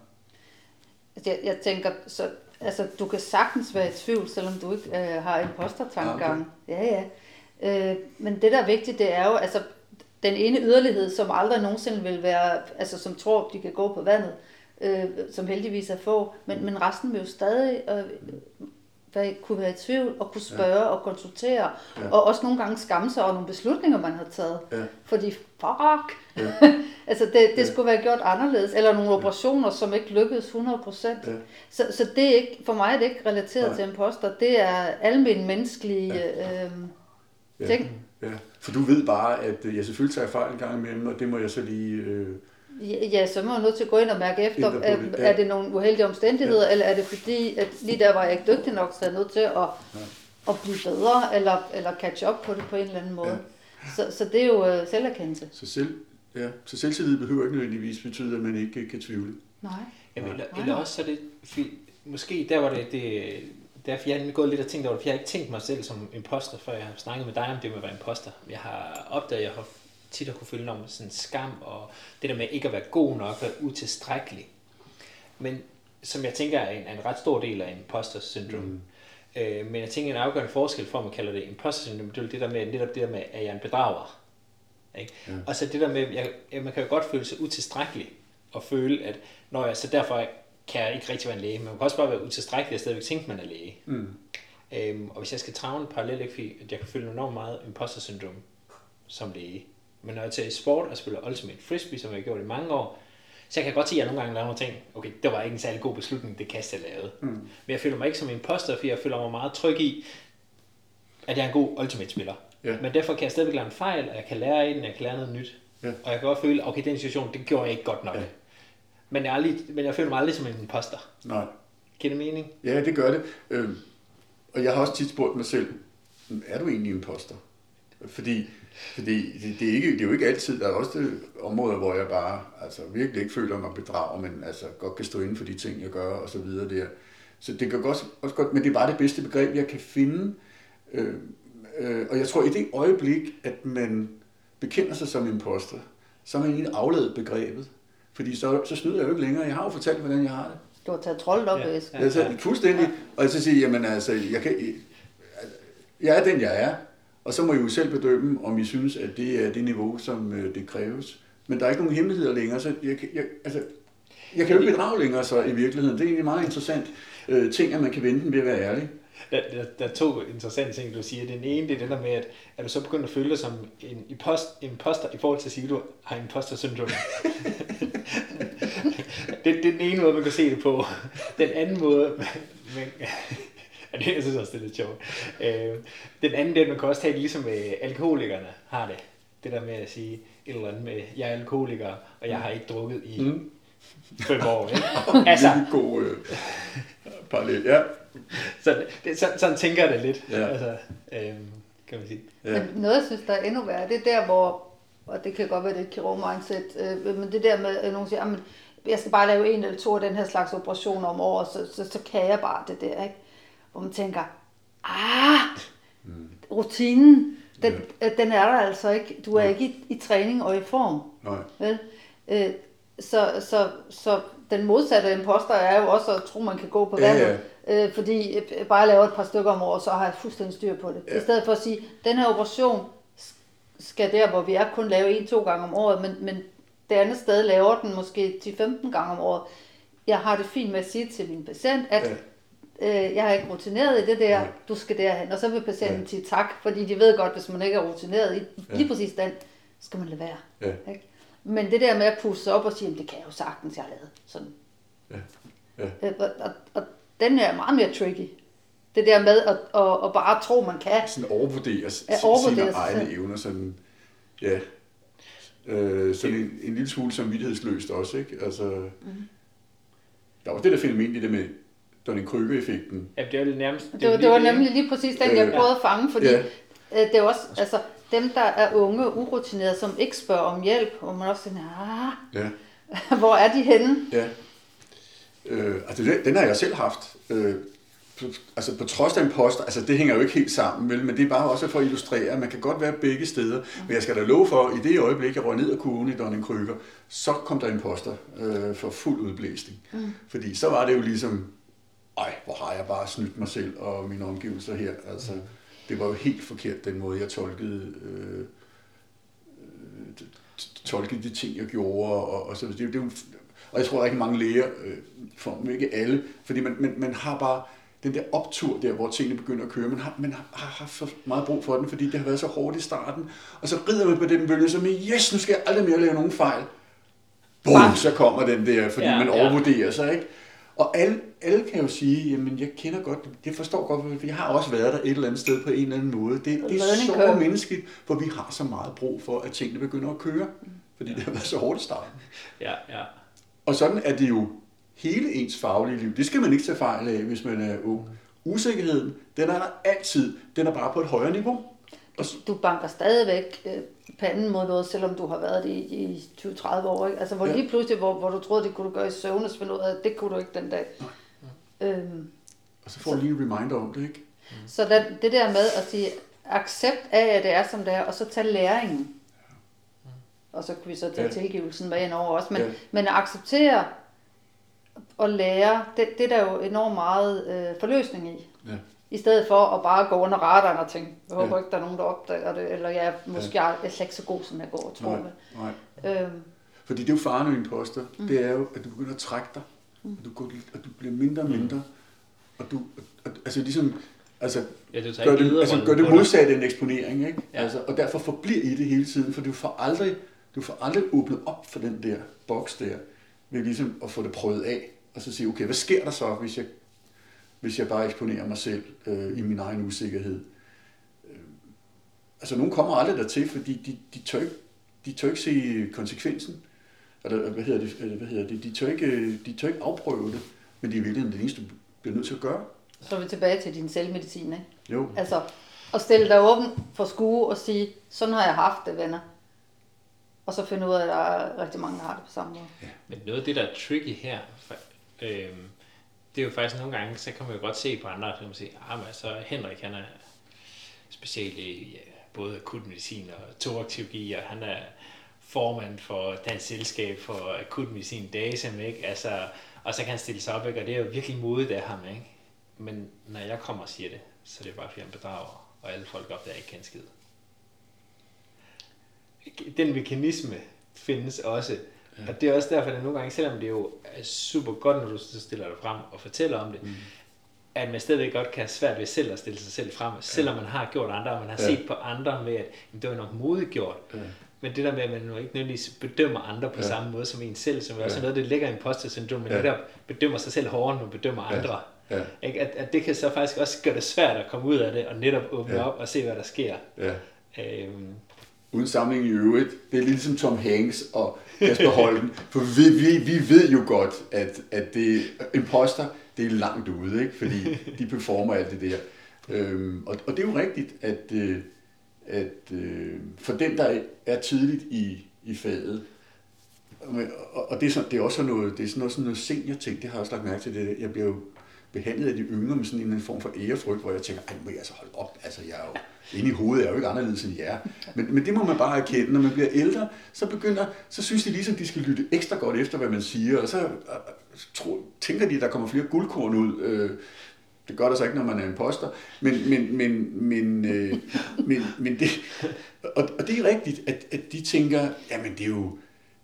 Jeg tænker, så, altså, du kan sagtens være i tvivl, selvom du ikke har impostertankegang. Okay. Ja. Men det, der er vigtigt, det er jo, altså, den ene yderlighed, som aldrig nogensinde vil være, altså som tror, de kan gå på vandet, som heldigvis er få, men resten vil jo stadig kunne være i tvivl og kunne spørge og konsultere, og også nogle gange skamme sig over nogle beslutninger, man har taget. Ja. Fordi fuck! Ja. Altså det skulle være gjort anderledes, eller nogle operationer, som ikke lykkedes 100%. Ja. Så det er ikke, for mig er det ikke relateret til imposter, det er almen menneskelige ting. Ja, for du ved bare, at jeg selvfølgelig tager fejl en gang imellem, og det må jeg så lige... Ja, så må jeg nødt til at gå ind og mærke efter, er det nogle uheldige omstændigheder, eller er det fordi, at lige der var jeg ikke dygtig nok, så jeg er nødt til at blive bedre, eller catch up på det på en eller anden måde. Ja. Så det er jo selverkendelse. Så selvtillid behøver ikke nødvendigvis betyde, at man ikke kan tvivle. Nej. Jamen, eller også så er det, måske der var det derfor jeg har gået lidt og tænkt over det, for jeg har ikke tænkt mig selv som imposter, før jeg har snakket med dig om det med at være imposter. Jeg har opdaget, at jeg har tit at kunne føle om sådan skam, og det der med ikke at være god nok, være utilstrækkelig. Men som jeg tænker er en ret stor del af imposter syndrom. Men jeg tænker en afgørende forskel for, at man kalder det imposter syndrom, det er det der med, netop det der med, at jeg er en bedrager. Ikke? Ja. Og så det der med, man kan jo godt føle sig utilstrækkelig, og føle, at når jeg så derfor kan jeg ikke rigtig være en læge, men man kan også bare være utilstrækkelig, og stadigvæk tænke, man er læge. Og hvis jeg skal trage en parallel, at jeg kan føle enormt meget imposter syndrom som læge. Men når jeg tager i sport og spiller Ultimate Frisbee, som jeg har gjort i mange år, så jeg kan godt sige, at jeg nogle gange laver nogle ting, okay, det var ikke en særlig god beslutning, det kast jeg lavede. Men jeg føler mig ikke som imposter, fordi jeg føler mig meget tryg i, at jeg er en god Ultimate-spiller. Ja. Men derfor kan jeg stadigvæk lave en fejl, og jeg kan lære en, jeg kan lære noget nyt. Ja. Og jeg kan godt føle, okay, den situation, det gjorde jeg ikke godt nok. Ja. Men jeg føler mig aldrig som en imposter. Nej. Giver det mening? Ja, det gør det. Og jeg har også tit spurgt mig selv, er du egentlig imposter? Fordi det er jo ikke altid, der er også områder, hvor jeg bare virkelig ikke føler mig bedrager, men godt kan stå inden for de ting, jeg gør og så videre der. Så det kan også godt, men det er bare det bedste begreb, jeg kan finde. Og jeg tror, i det øjeblik, at man bekender sig som imposter, så er man egentlig afladet begrebet. Fordi så snyder jeg jo ikke længere. Jeg har jo fortalt, hvordan jeg har det. Du har taget troldet op, Eske. Altså, fuldstændig. Og så siger jamen altså, jeg er den, jeg er. Og så må I jo selv bedømme, om I synes, at det er det niveau, som det kræves. Men der er ikke nogen hemmeligheder længere, så jeg kan jo ikke bedrage længere så i virkeligheden. Det er egentlig en meget interessant ting, at man kan vente ved at være ærlig. Der er to interessante ting, du siger. Den ene, det er det der med, at du så begynder at føle dig som en imposter i forhold til at sige, at du har imposter-syndrom. Det er den ene måde, man kan se det på. Den anden måde, jeg synes også, det er lidt sjovt. Den anden del, man kan også tage det ligesom alkoholikerne har det. Det der med at sige et eller andet med, jeg er alkoholiker, og jeg har ikke drukket i 5 år. Ikke? Altså, det er en god parallel, ja. Sådan tænker jeg det lidt, ja. Altså, kan man sige. Ja. Men noget, jeg synes, der er endnu værre, det er der, hvor, og det kan godt være, det er et kirurg-mindset, men det der med, at nogen siger, at jeg skal bare lave 1 eller 2 af den her slags operationer om året, så kan jeg bare det der, ikke? Hvor man tænker, rutinen, den er der altså ikke. Du er ikke i træning og i form. Nej. Vel? Så den modsatte imposter er jo også at tro, man kan gå på vandet. Ja. Fordi bare lave et par stykker om året, så har jeg fuldstændig styr på det. Ja. I stedet for at sige, den her operation skal der, hvor vi er, kun lave 1-2 gange om året, men det andet sted laver den måske 10-15 gange om året. Jeg har det fint med at sige til min patient, at jeg er ikke rutineret i det der, du skal derhen. Og så vil patienten sige tak, fordi de ved godt, hvis man ikke er rutineret i lige præcis den, skal man lade være. Ja. Ikke? Men det der med at pusse op og sige, det kan jeg jo sagtens, jeg har lavet sådan. Ja. Og den er meget mere tricky. Det der med at bare tro, man kan. Sådan overvurdere sine egne evner. Sådan, sådan en lille smule samvittighedsløst også, ikke? Altså, der var det der fænomen i det med Dunning-Kruger-effekten. Ja, det var det nærmest. Det var nemlig lige præcis den, jeg prøvede at fange, fordi det er også, altså, dem, der er unge og urutinerede, som ikke spørger om hjælp, og man også tænker, hvor er de henne? Ja. Altså, den har jeg selv haft. Altså på trods af imposter, altså det hænger jo ikke helt sammen, vel? Men det er bare også for at illustrere, at man kan godt være begge steder. Men jeg skal da love for, at i det øjeblik, jeg røg ned ad kurven i Dunning-Kruger, så kom der imposter for fuld udblæsning. Fordi så var det jo ligesom, hvor har jeg bare snydt mig selv og mine omgivelser her. Altså, det var jo helt forkert, den måde, jeg tolkede de ting, jeg gjorde. Og så det og jeg tror, der er ikke mange læger, for ikke alle, fordi man har bare den der optur der, hvor tingene begynder at køre. Man har haft så meget brug for den, fordi det har været så hårdt i starten. Og så rider man på den bølge, som yes, nu skal jeg aldrig mere lave nogen fejl. Boom, så kommer den der, fordi man overvurderer sig, ikke? Og alle kan jo sige, jamen jeg kender godt, det forstår godt, for jeg har også været der et eller andet sted på en eller anden måde. Det er så menneskeligt, for vi har så meget brug for, at tingene begynder at køre, fordi det har været så hårdt i starten. Ja. Og sådan er det jo hele ens faglige liv. Det skal man ikke tage fejl af, hvis man er ung. Usikkerheden, den er der altid. Den er bare på et højere niveau. Du banker stadigvæk panden mod noget, selvom du har været det i 20-30 år. Ikke? Altså hvor lige pludselig, hvor du troede, det kunne du gøre i søvn, og så ud af, det kunne du ikke den dag. Og så får du lige en reminder om det, ikke? Så det der med at sige, accept af, at det er, som det er, og så tage læringen. Og så kan vi så tage tilgivelsen med ind over også. Men at acceptere og lære, det er der jo enormt meget forløsning i. Ja. I stedet for at bare gå under radaren og tænke, jeg håber ikke, der er nogen, der opdager det, eller jeg er slet ikke så god, som jeg går og tror med. Nej. Fordi det er jo faren med imposter, det er jo, at du begynder at trække dig, og du bliver mindre og mindre, og du, altså ligesom, gør det modsatte en eksponering, ikke? Ja. Altså, og derfor forbliver I det hele tiden, for du får aldrig åbnet op for den der boks der, ved ligesom at få det prøvet af, og så sige, okay, hvad sker der så, hvis jeg bare eksponerer mig selv i min egen usikkerhed. Altså, nogen kommer aldrig dertil, fordi de tør ikke se konsekvensen. Eller, hvad hedder det? De tør ikke afprøve det, men det er virkelig det eneste, du bliver nødt til at gøre. Så er vi tilbage til din selvmedicin, ikke? Jo. Altså, at stille dig åben for skue og sige, sådan har jeg haft det, venner. Og så finde ud af, at der er rigtig mange, der har det på samme måde. Ja. Men noget af det, der er tricky her, det er jo faktisk nogle gange, så kan man jo godt se på andre, så kan man sige, altså Henrik, han er speciallæge i både akutmedicin og thoraxkirurgi, og han er formand for Dansk Selskab for Akutmedicin DASAM, ikke? Altså, og så kan han stille sig op, ikke? Og det er jo virkelig modigt af ham, ikke? Men når jeg kommer og siger det, så er det bare fordi han bedrager, og alle folk op der ikke kan skide. Den mekanisme findes også, og det er også derfor, at nogle gange, selvom det jo er super godt, når du stiller dig frem og fortæller om det, at man stadigvæk godt kan have svært ved selv at stille sig selv frem, selvom man har gjort andre, og man har set på andre med, at det var nok modigt gjort. Men det der med, at man jo ikke nødvendigvis bedømmer andre på samme måde som en selv, som er også noget, det ligger i imposter-syndrom, men netop bedømmer sig selv hårdere, end man bedømmer andre. Ikke? At det kan så faktisk også gøre det svært at komme ud af det, og netop åbne op og se, hvad der sker. Uden sammenligning i øvrigt, det er ligesom Tom Hanks og Kasper Holten, for vi ved jo godt, at det imposter, det er langt ude, ikke? Fordi de performer alt det der. Og det er jo rigtigt, at for den, der er tidligt i faget, og det er også noget, det er sådan noget seniorting, det har jeg også lagt mærke til det. Jeg bliver jo behandlet af de yngre med sådan en form for ærefrygt, hvor jeg tænker, ej, må jeg altså holde op, altså jeg er jo inde i hovedet, jeg er jo ikke anderledes end jer. Men det må man bare erkende, når man bliver ældre, så synes de ligesom, de skal lytte ekstra godt efter, hvad man siger, og så tænker de, at der kommer flere guldkorn ud. Det gør der så ikke, når man er imposter, men det, og det er rigtigt, at de tænker, jamen det er jo,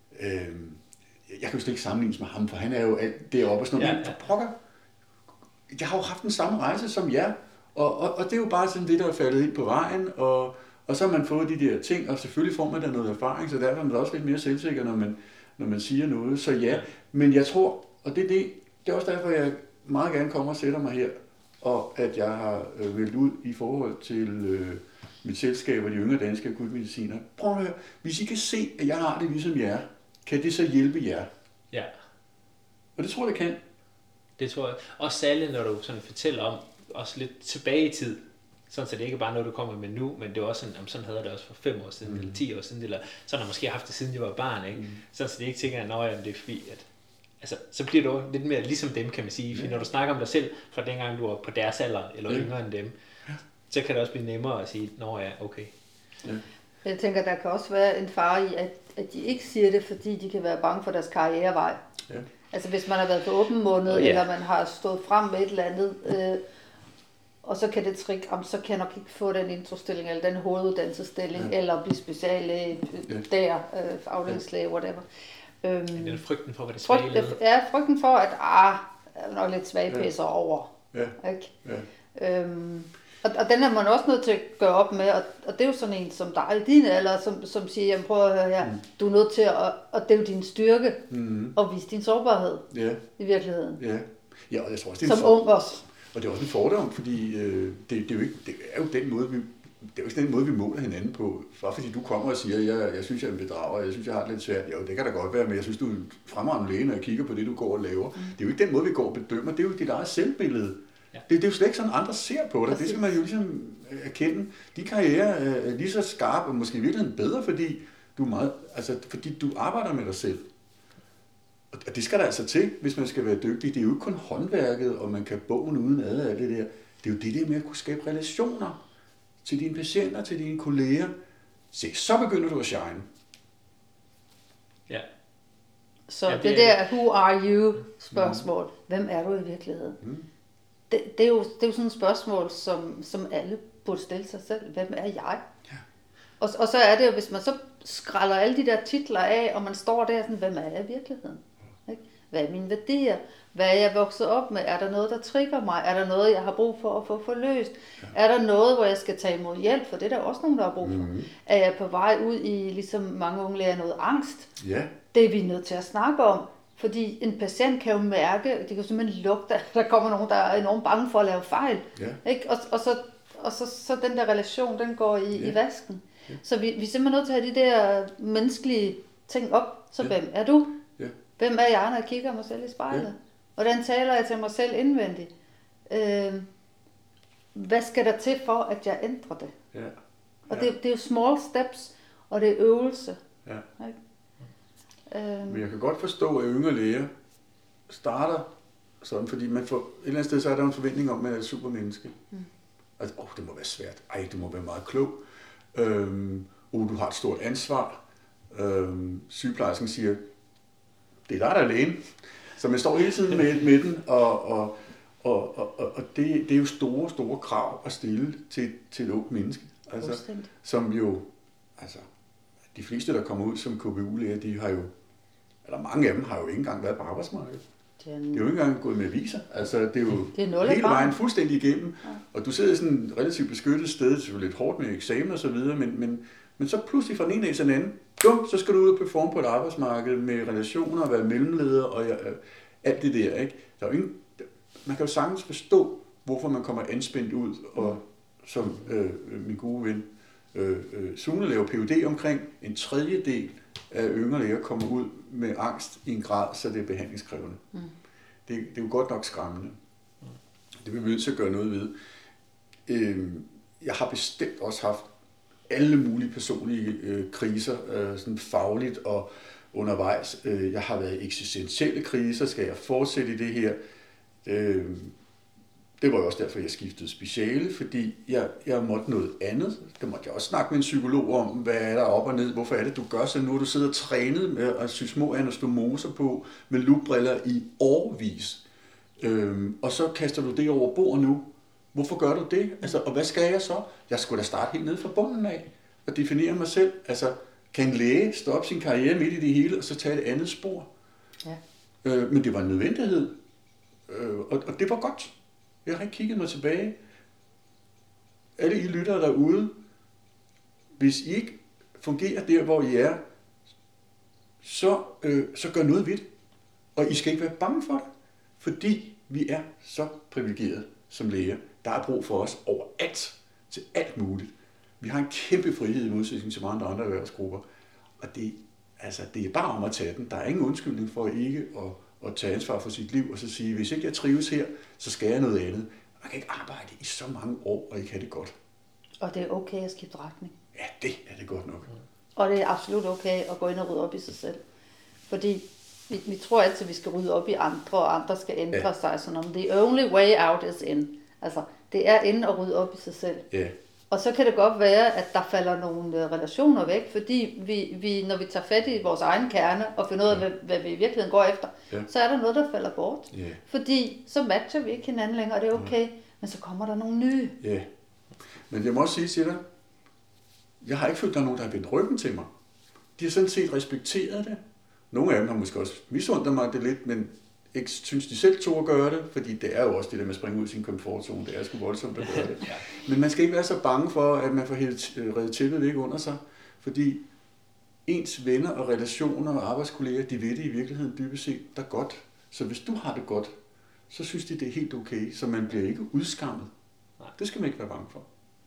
jeg kan jo slet ikke sammenlignes med ham, for han er jo alt deroppe og sådan noget, men for pokker, jeg har jo haft den samme rejse som jer, og det er jo bare sådan det, der er faldet ind på vejen, og så har man fået de der ting, og selvfølgelig får man da noget erfaring, så derfor er man også lidt mere selvsikker, når man siger noget, så ja, men jeg tror, og det er også derfor, jeg meget gerne kommer og sætter mig her, og at jeg har væltet ud i forhold til mit selskab og de yngre danske akutmediciner. Prøv at høre, hvis I kan se, at jeg har det ligesom jer, kan det så hjælpe jer? Ja. Og det tror jeg, det kan. Det tror jeg. Også særligt, når du sådan fortæller om, også lidt tilbage i tid, sådan så det ikke bare noget, du kommer med nu, men det er også sådan havde jeg det også for 5 år siden, eller 10 år siden, eller sådan har jeg måske haft det siden jeg var barn, ikke? Sådan så det ikke tænker, at det er fordi, at altså, så bliver du lidt mere ligesom dem, kan man sige. For når du snakker om dig selv fra dengang, du var på deres alder, eller yngre end dem, så kan det også blive nemmere at sige, okay. Ja. Jeg tænker, der kan også være en fare i, at de ikke siger det, fordi de kan være bange for deres karrierevej. Ja. Altså hvis man har været på åben måned, eller man har stået frem med et eller andet, og så kan det trick, så kan jeg nok ikke få den introstilling, eller den hoveduddannelsesstilling, eller blive speciallæge afdelingslæge, whatever. Den er frygten for, hvad det svage led. Ja, frygten for, at er nok lidt svagpæsser over. Ja. Ikke? Ja. Og den er man også nødt til at gøre op med, og det er jo sådan en som dig i din alder, som siger, jamen prøv at høre her, du er nødt til at det er jo din styrke, og vise din sårbarhed i virkeligheden. Ja, og jeg tror også, det er som ung også. Og det er også en fordom, fordi det er jo den måde, det er jo ikke den måde, vi måler hinanden på. Bare fordi du kommer og siger, jeg synes, jeg er en bedrager, jeg synes, jeg har det lidt svært. Jo, det kan da godt være, men jeg synes, du er en fremragende læge, når jeg kigger på det, du går og laver. Det er jo ikke den måde, vi går og bedømmer, det er jo dit eget selvbillede. Ja. Det er jo slet ikke sådan, andre ser på dig. Det skal man jo ligesom erkende. De karriere er lige så skarpe, og måske virkelig bedre, fordi du arbejder med dig selv. Og det skal der altså til, hvis man skal være dygtig. Det er jo ikke kun håndværket, og man kan bogen uden ad af det der. Det er jo det der med at kunne skabe relationer til dine patienter, til dine kolleger. Se, så begynder du at shine. Ja. Så det der who are you spørgsmål, hvem er du i virkeligheden? Det er jo sådan et spørgsmål, som alle burde stille sig selv. Hvem er jeg? Ja. Og så er det jo, hvis man så skræller alle de der titler af, og man står der sådan, hvem er jeg i virkeligheden? Ikke? Hvad er mine værdier? Hvad er jeg vokset op med? Er der noget, der trigger mig? Er der noget, jeg har brug for at få forløst? Ja. Er der noget, hvor jeg skal tage imod hjælp? For det er der også nogen, der har brug for. Er jeg på vej ud i, ligesom mange unge lærer, noget angst? Ja. Det er vi nødt til at snakke om. Fordi en patient kan jo mærke, det kan simpelthen lugte, at der kommer nogen, der er enormt bange for at lave fejl. Ja. Ikke? Og så den der relation, den går i vasken. Ja. Så vi er simpelthen nødt til at have de der menneskelige ting op. Så hvem er du? Ja. Hvem er jeg, når jeg kigger mig selv i spejlet? Ja. Hvordan taler jeg til mig selv indvendigt? Hvad skal der til for, at jeg ændrer det? Ja. Ja. Og det er jo small steps, og det er øvelse. Ja. Ikke? Men jeg kan godt forstå, at yngre læger starter sådan, fordi man får, et eller andet sted, så er der en forventning om, at man er et supermenneske. Altså, det må være svært. Ej, det må være meget klog. Du har et stort ansvar. Sygeplejersken siger, det er dig, der er lægen. Så man står hele tiden med den, og det er jo store, store krav at stille til et ungt menneske. Altså, som jo, altså, de fleste, der kommer ud som KBU-læger, de har jo, eller mange af dem har jo ikke engang været på arbejdsmarkedet. Det er jo ikke engang gået med aviser. Altså, det er jo hele vejen fuldstændig igennem. Ja. Og du sidder i sådan et relativt beskyttet sted, det er jo lidt hårdt med eksamen og så videre, men så pludselig fra den ene dag til den anden, så skal du ud og performe på et arbejdsmarked med relationer og være mellemleder og alt det der, ikke? Der er jo man kan jo sagtens forstå, hvorfor man kommer anspændt ud, og som min gode ven Sune laver PhD omkring, en tredjedel af yngre læger kommer ud med angst i en grad, så det er behandlingskrævende. Det er jo godt nok skræmmende. Det vil vi nødt til at gøre noget ved. Jeg har bestemt også haft alle mulige personlige kriser, sådan fagligt og undervejs. Jeg har været i eksistentielle kriser. Skal jeg fortsætte i det her? Det var jo også derfor, jeg skiftede speciale, fordi jeg måtte noget andet. Der måtte jeg også snakke med en psykolog om, hvad er der op og ned, hvorfor er det, du gør så nu, du sidder trænet med at sy små anastomoser på med lupbriller i årevis. Og så kaster du det over bord nu. Hvorfor gør du det? Altså, og hvad skal jeg så? Jeg skulle da starte helt nede fra bunden af og definere mig selv. Altså, kan en læge stoppe sin karriere midt i det hele, og så tage et andet spor? Ja. Men det var en nødvendighed. Og det var godt. Jeg har ikke kigget mig tilbage. Alle I lyttere derude, hvis I ikke fungerer der, hvor I er, så gør noget ved det. Og I skal ikke være bange for det, fordi vi er så privilegerede som læger. Der er brug for os overalt, til alt muligt. Vi har en kæmpe frihed i modsætning til mange andre erhvervsgrupper. Og det er bare om at tage den. Der er ingen undskyldning for ikke at tage ansvar for sit liv, og så sige, hvis ikke jeg trives her, så skal jeg noget andet. Man kan ikke arbejde i så mange år, og ikke have det godt. Og det er okay at skifte retning. Ja, det er det godt nok. Og det er absolut okay at gå ind og rydde op i sig selv. Fordi vi tror altid, at vi skal rydde op i andre, og andre skal ændre sig. Sådan om the only way out is in. Altså, det er inde at rydde op i sig selv. Ja. Og så kan det godt være, at der falder nogle relationer væk, fordi vi når vi tager fat i vores egen kerne og finder ud af, hvad vi i virkeligheden går efter, så er der noget, der falder bort. Yeah. Fordi så matcher vi ikke hinanden længere, og det er okay, men så kommer der nogle nye. Ja, men jeg må også sige til dig, jeg har ikke følt, der er nogen, der har vendt ryggen til mig. De har sådan set respekteret det. Nogle af dem har måske også misundet mig det lidt, men ikke synes de selv tog at gøre det, fordi det er jo også det der med at springe ud i sin komfortzone, det er sgu voldsomt at gøre det. Men man skal ikke være så bange for, at man får reddet tæppet væk under sig, fordi ens venner og relationer og arbejdskolleger, de ved det i virkeligheden dybest set, der er godt. Så hvis du har det godt, så synes de, det er helt okay, så man bliver ikke udskammet. Nej. Det skal man ikke være bange for.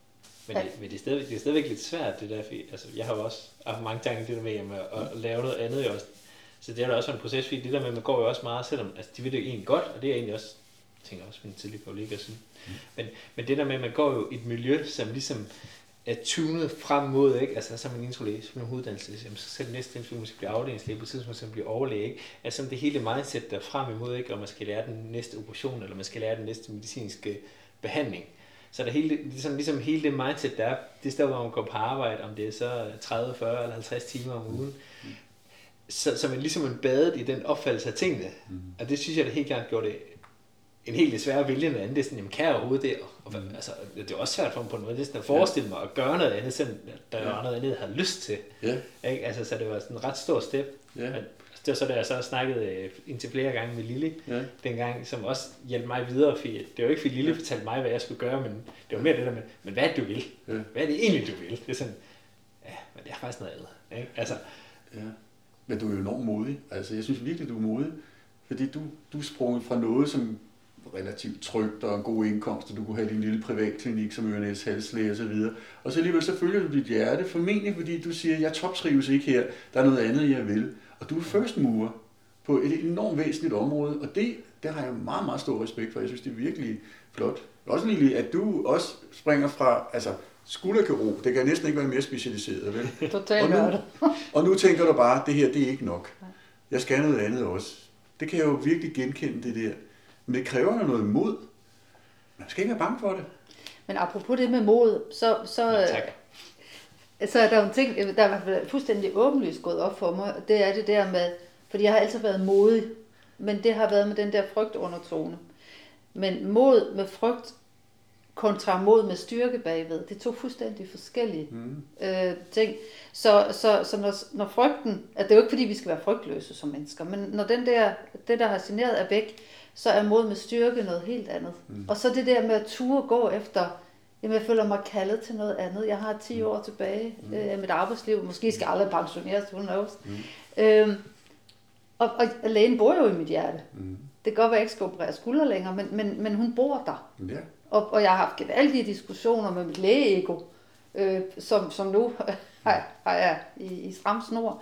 Men det er stadigvæk lidt svært, det der, altså jeg har jo også haft mange tanker det der med at lave noget andet også. Så det er da også en proces, fordi det der med, man går jo også meget, selvom altså, de ved det egentlig godt, og det er egentlig også, tænker også mine tidligere kollegaer sådan. Men det der med, at man går jo i et miljø, som ligesom er tunet frem mod, ikke? Altså så er man introlæge, så er man hoveduddannelse, så selv næste indtil man skal blive afdelingslæge, på tidspunkt så man bliver overlæge, ikke? Altså det hele mindset der frem imod, ikke? Og man skal lære den næste operation, eller man skal lære den næste medicinske behandling. Så der ligesom hele det mindset der er, det sted, hvor man går på arbejde, om det er så 30, 40 eller 50 timer om ugen. Så man ligesom er badet i den opfattelse af tingene. Og det synes jeg, det helt klart gjorde det en helt svær at vælge noget andet. Det er sådan, jamen kan jeg overhovedet det? Og, altså, det er også svært for mig på en måde. Det er sådan at forestille mig at gøre noget andet, selvom der var noget andet, jeg havde lyst til. Ikke? Altså, så det var sådan en ret stor step. Det var så, da jeg så snakkede indtil flere gange med Lille dengang, som også hjalp mig videre. Det var jo ikke, fordi Lille fortalte mig, hvad jeg skulle gøre, men det var mere det der med, men hvad er det, du vil? Hvad er det egentlig, du vil? Det er sådan, men det er faktisk noget andet. Ikke? Altså, men du er jo enormt modig. Altså, jeg synes virkelig, du er modig. Fordi du er sprunget fra noget, som relativt trygt og en god indkomst, og du kunne have din lille privatklinik som Ørnæs halslæge og så videre. Og så alligevel så følger du dit hjerte, formentlig fordi du siger, jeg toptrives ikke her, der er noget andet, jeg vil. Og du er first mover på et enormt væsentligt område, og det har jeg meget, meget stor respekt for. Jeg synes, det er virkelig flot. Også lige, at du også springer fra, altså skulderkirurg, det kan næsten ikke være mere specialiseret, vel? Totalt og nu tænker du bare, det her, det er ikke nok. Jeg skal noget andet også. Det kan jeg jo virkelig genkende, det der. Men det kræver jo noget mod. Man skal ikke være bange for det. Men apropos det med mod, så er der jo en ting, der er fuldstændig åbenlyst gået op for mig. Det er det der med, fordi jeg har altid været modig, men det har været med den der frygtundertone. Men mod med frygt kontra mod med styrke bagved, det er to fuldstændig forskellige ting. Så når frygten, at det er jo ikke fordi, vi skal være frygtløse som mennesker, men når det der har generet er væk, så er mod med styrke noget helt andet. Og så det der med at ture gå efter, jamen jeg føler mig kaldet til noget andet. Jeg har 10 år tilbage af mit arbejdsliv, måske skal jeg aldrig pensioneres, who knows. Og lægen bor jo i mit hjerte. Det kan godt være, at jeg ikke skal operere skulder længere, men hun bor der. Ja. Og jeg har haft gevaldige diskussioner med mit lægeego, som nu har jeg i stram snor.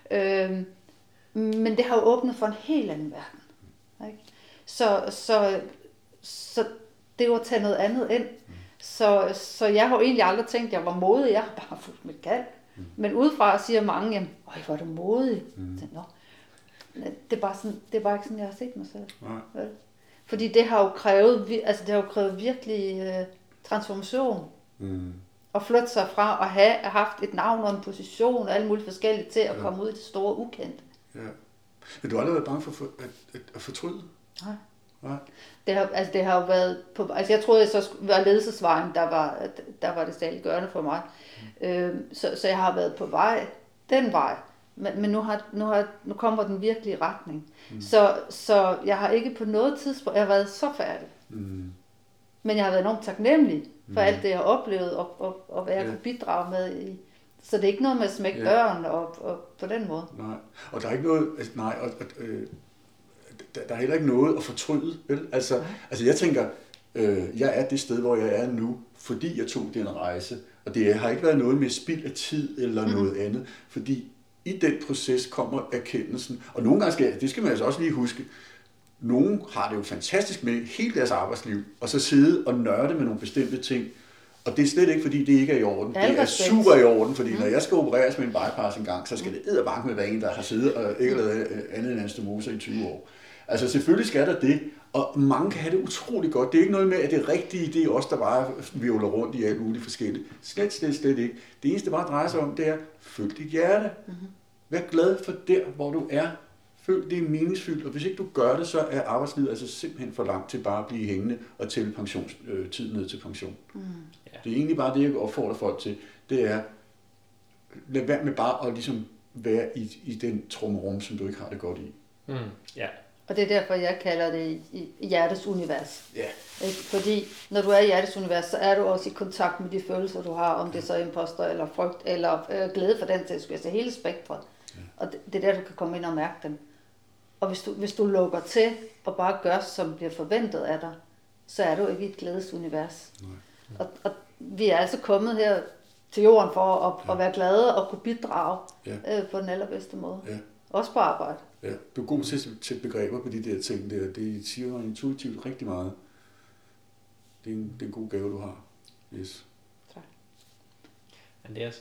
Men det har jo åbnet for en helt anden verden. Ikke? Så det er jo at tage noget andet ind. Så jeg har jo egentlig aldrig tænkt, at jeg var modig. Jeg har bare fulgt mit kald. Men udefra siger mange, jamen, hvor er du modig? Det er bare ikke sådan, jeg har set mig selv. Nej. Fordi det har jo krævet, virkelig transformation. At flytte sig fra at have haft et navn og en position og alle mulige forskellige til at komme ud i det store ukendte. Ja. Men du har aldrig været bange for at fortryde? Nej. Det har jo været på, altså jeg troede, at så var ledelsesvejen, der var det saliggørende for mig. Så jeg har været på vej, den vej. Men nu kommer den virkelige retning. Så jeg har ikke på noget tidspunkt, jeg har været så færdig. Men jeg har været enormt taknemmelig for alt det, jeg har oplevet, og hvad jeg kunne bidrage med i. Så det er ikke noget med at smække døren og på den måde. Nej, og der er ikke noget, der er heller ikke noget at fortryde, vel? Altså jeg tænker, jeg er det sted, hvor jeg er nu, fordi jeg tog den rejse, og det har ikke været noget med spild af tid eller noget andet, fordi i den proces kommer erkendelsen, og nogle gange det skal man altså også lige huske, nogen har det jo fantastisk med hele deres arbejdsliv, og så sidde og nørde med nogle bestemte ting, og det er slet ikke, fordi det ikke er i orden. Det er super i orden, fordi når jeg skal opereres med en bypass en gang, så skal det edderbanke med hver en, der har siddet og ikke lavet andet end anstomoser i 20 år. Altså selvfølgelig skal der det, og mange kan have det utrolig godt. Det er ikke noget med, at det rigtige, det er os, der bare vivler rundt i alt muligt forskelligt. Slet ikke. Det eneste, det bare drejer sig om, det er, følg dit hjerte. Vær glad for der, hvor du er. Føl, det er meningsfyldt, og hvis ikke du gør det, så er arbejdslivet altså simpelthen for langt til bare at blive hængende og tælle tid ned til pension. Det er egentlig bare det, jeg opfordrer folk til. Det er, lad være med bare at ligesom være i den trummerum, som du ikke har det godt i. Og det er derfor, jeg kalder det hjertets univers. Ja. Fordi når du er i hjertets univers, så er du også i kontakt med de følelser, du har, om det så er imposter eller frygt eller glæde for den til, altså hele spektret. Og det er der, du kan komme ind og mærke dem. Og hvis du lukker til og bare gør, som bliver forventet af dig, så er du ikke i et glædesunivers. Og vi er altså kommet her til jorden for at være glade og kunne bidrage på den allerbedste måde. Ja. Også på arbejde. Ja, du er god til begreber på de der ting der. Det siger jo intuitivt rigtig meget. Det er en god gave, du har. Yes. Tak. Men det er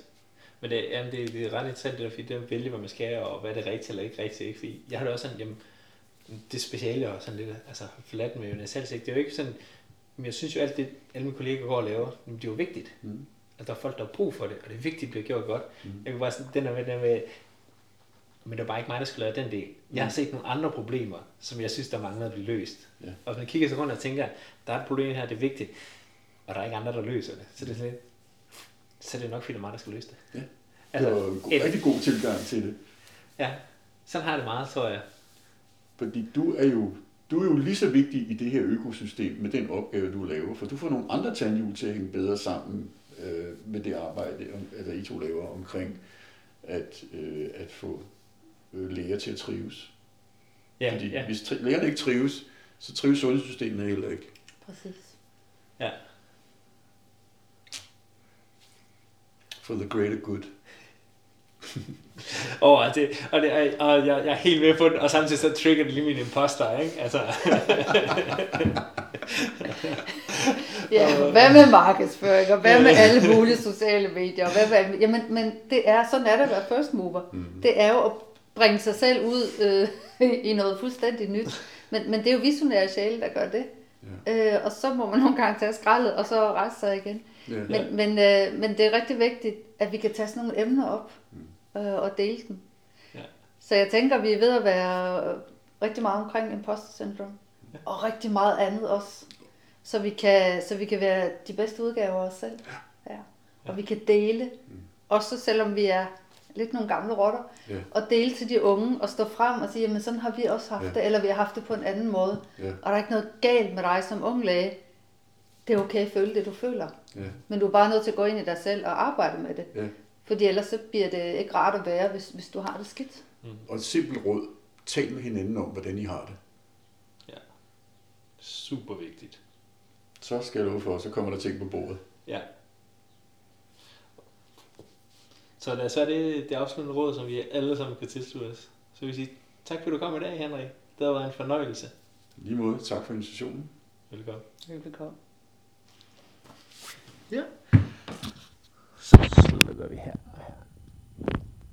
ret interessant, det der, fordi det er at vælge, hvad man skal, og hvad er det rigtigt eller ikke rigtigt. Ikke? Fordi jeg har det også sådan, jamen, det speciale og sådan lidt, altså forladt med universalsigt, det er jo ikke sådan, men jeg synes jo alt det, alle mine kolleger går og laver, det er jo vigtigt. At der er folk, der har brug for det, og det er vigtigt, at det bliver gjort godt. Jeg kan bare sådan, den med, men det er bare ikke mig, der skal lave den del. Jeg har set nogle andre problemer, som jeg synes, der mangler at blive løst. Og hvis man kigger så rundt og tænker, der er et problem her, det er vigtigt, og der er ikke andre, der løser det. Så det er sådan lidt, så er det nok, fordi det er mig, der skal løse det. Ja, det var en rigtig god tilgang til det. Ja, sådan har jeg det meget, tror jeg. Fordi du er jo lige så vigtig i det her økosystem med den opgave, du laver, for du får nogle andre tandhjul til at hænge bedre sammen med det arbejde, altså I to laver omkring at få læger til at trives. Ja, fordi hvis lægerne ikke trives, så trives sundhedssystemet heller ikke. Præcis. Ja. For the greater good. Og jeg er helt med på den, og samtidig så trigger det lige min imposter, ikke? Altså. Ja, hvad med markedsføring, og hvad med alle mulige sociale medier, og jamen, men det er, sådan er det at være first mover. Det er jo at bringe sig selv ud i noget fuldstændig nyt. Men det er jo visionære sjæle, der gør det. Og så må man nogle gange tage skraldet, og så rejse sig igen. Ja. Men det er rigtig vigtigt, at vi kan tage sådan nogle emner op og dele dem. Ja. Så jeg tænker, vi er ved at være rigtig meget omkring imposter syndrome. Ja. Og rigtig meget andet også. Så vi kan være de bedste udgaver af os selv. Ja. Og vi kan dele. Også selvom vi er lidt nogle gamle rotter. Og dele til de unge og stå frem og sige, jamen sådan har vi også haft det. Eller vi har haft det på en anden måde. Og der er ikke noget galt med dig som ung læge. Det er okay at føle det, du føler. Men du er bare nødt til at gå ind i dig selv og arbejde med det. Fordi ellers så bliver det ikke rart at være, hvis du har det skidt. Og et simpelt råd. Tal med hinanden om, hvordan I har det. Ja. Super vigtigt. Så skal jeg love for, så kommer der ting på bordet. Ja. Så er det afsluttende råd, som vi alle sammen kan tilslutte os. Så vil jeg sige, tak fordi du kom i dag, Henrik. Det har været en fornøjelse. Lige måde. Tak for invitationen. Velkommen. Velkommen. Ja. Så slutter vi her.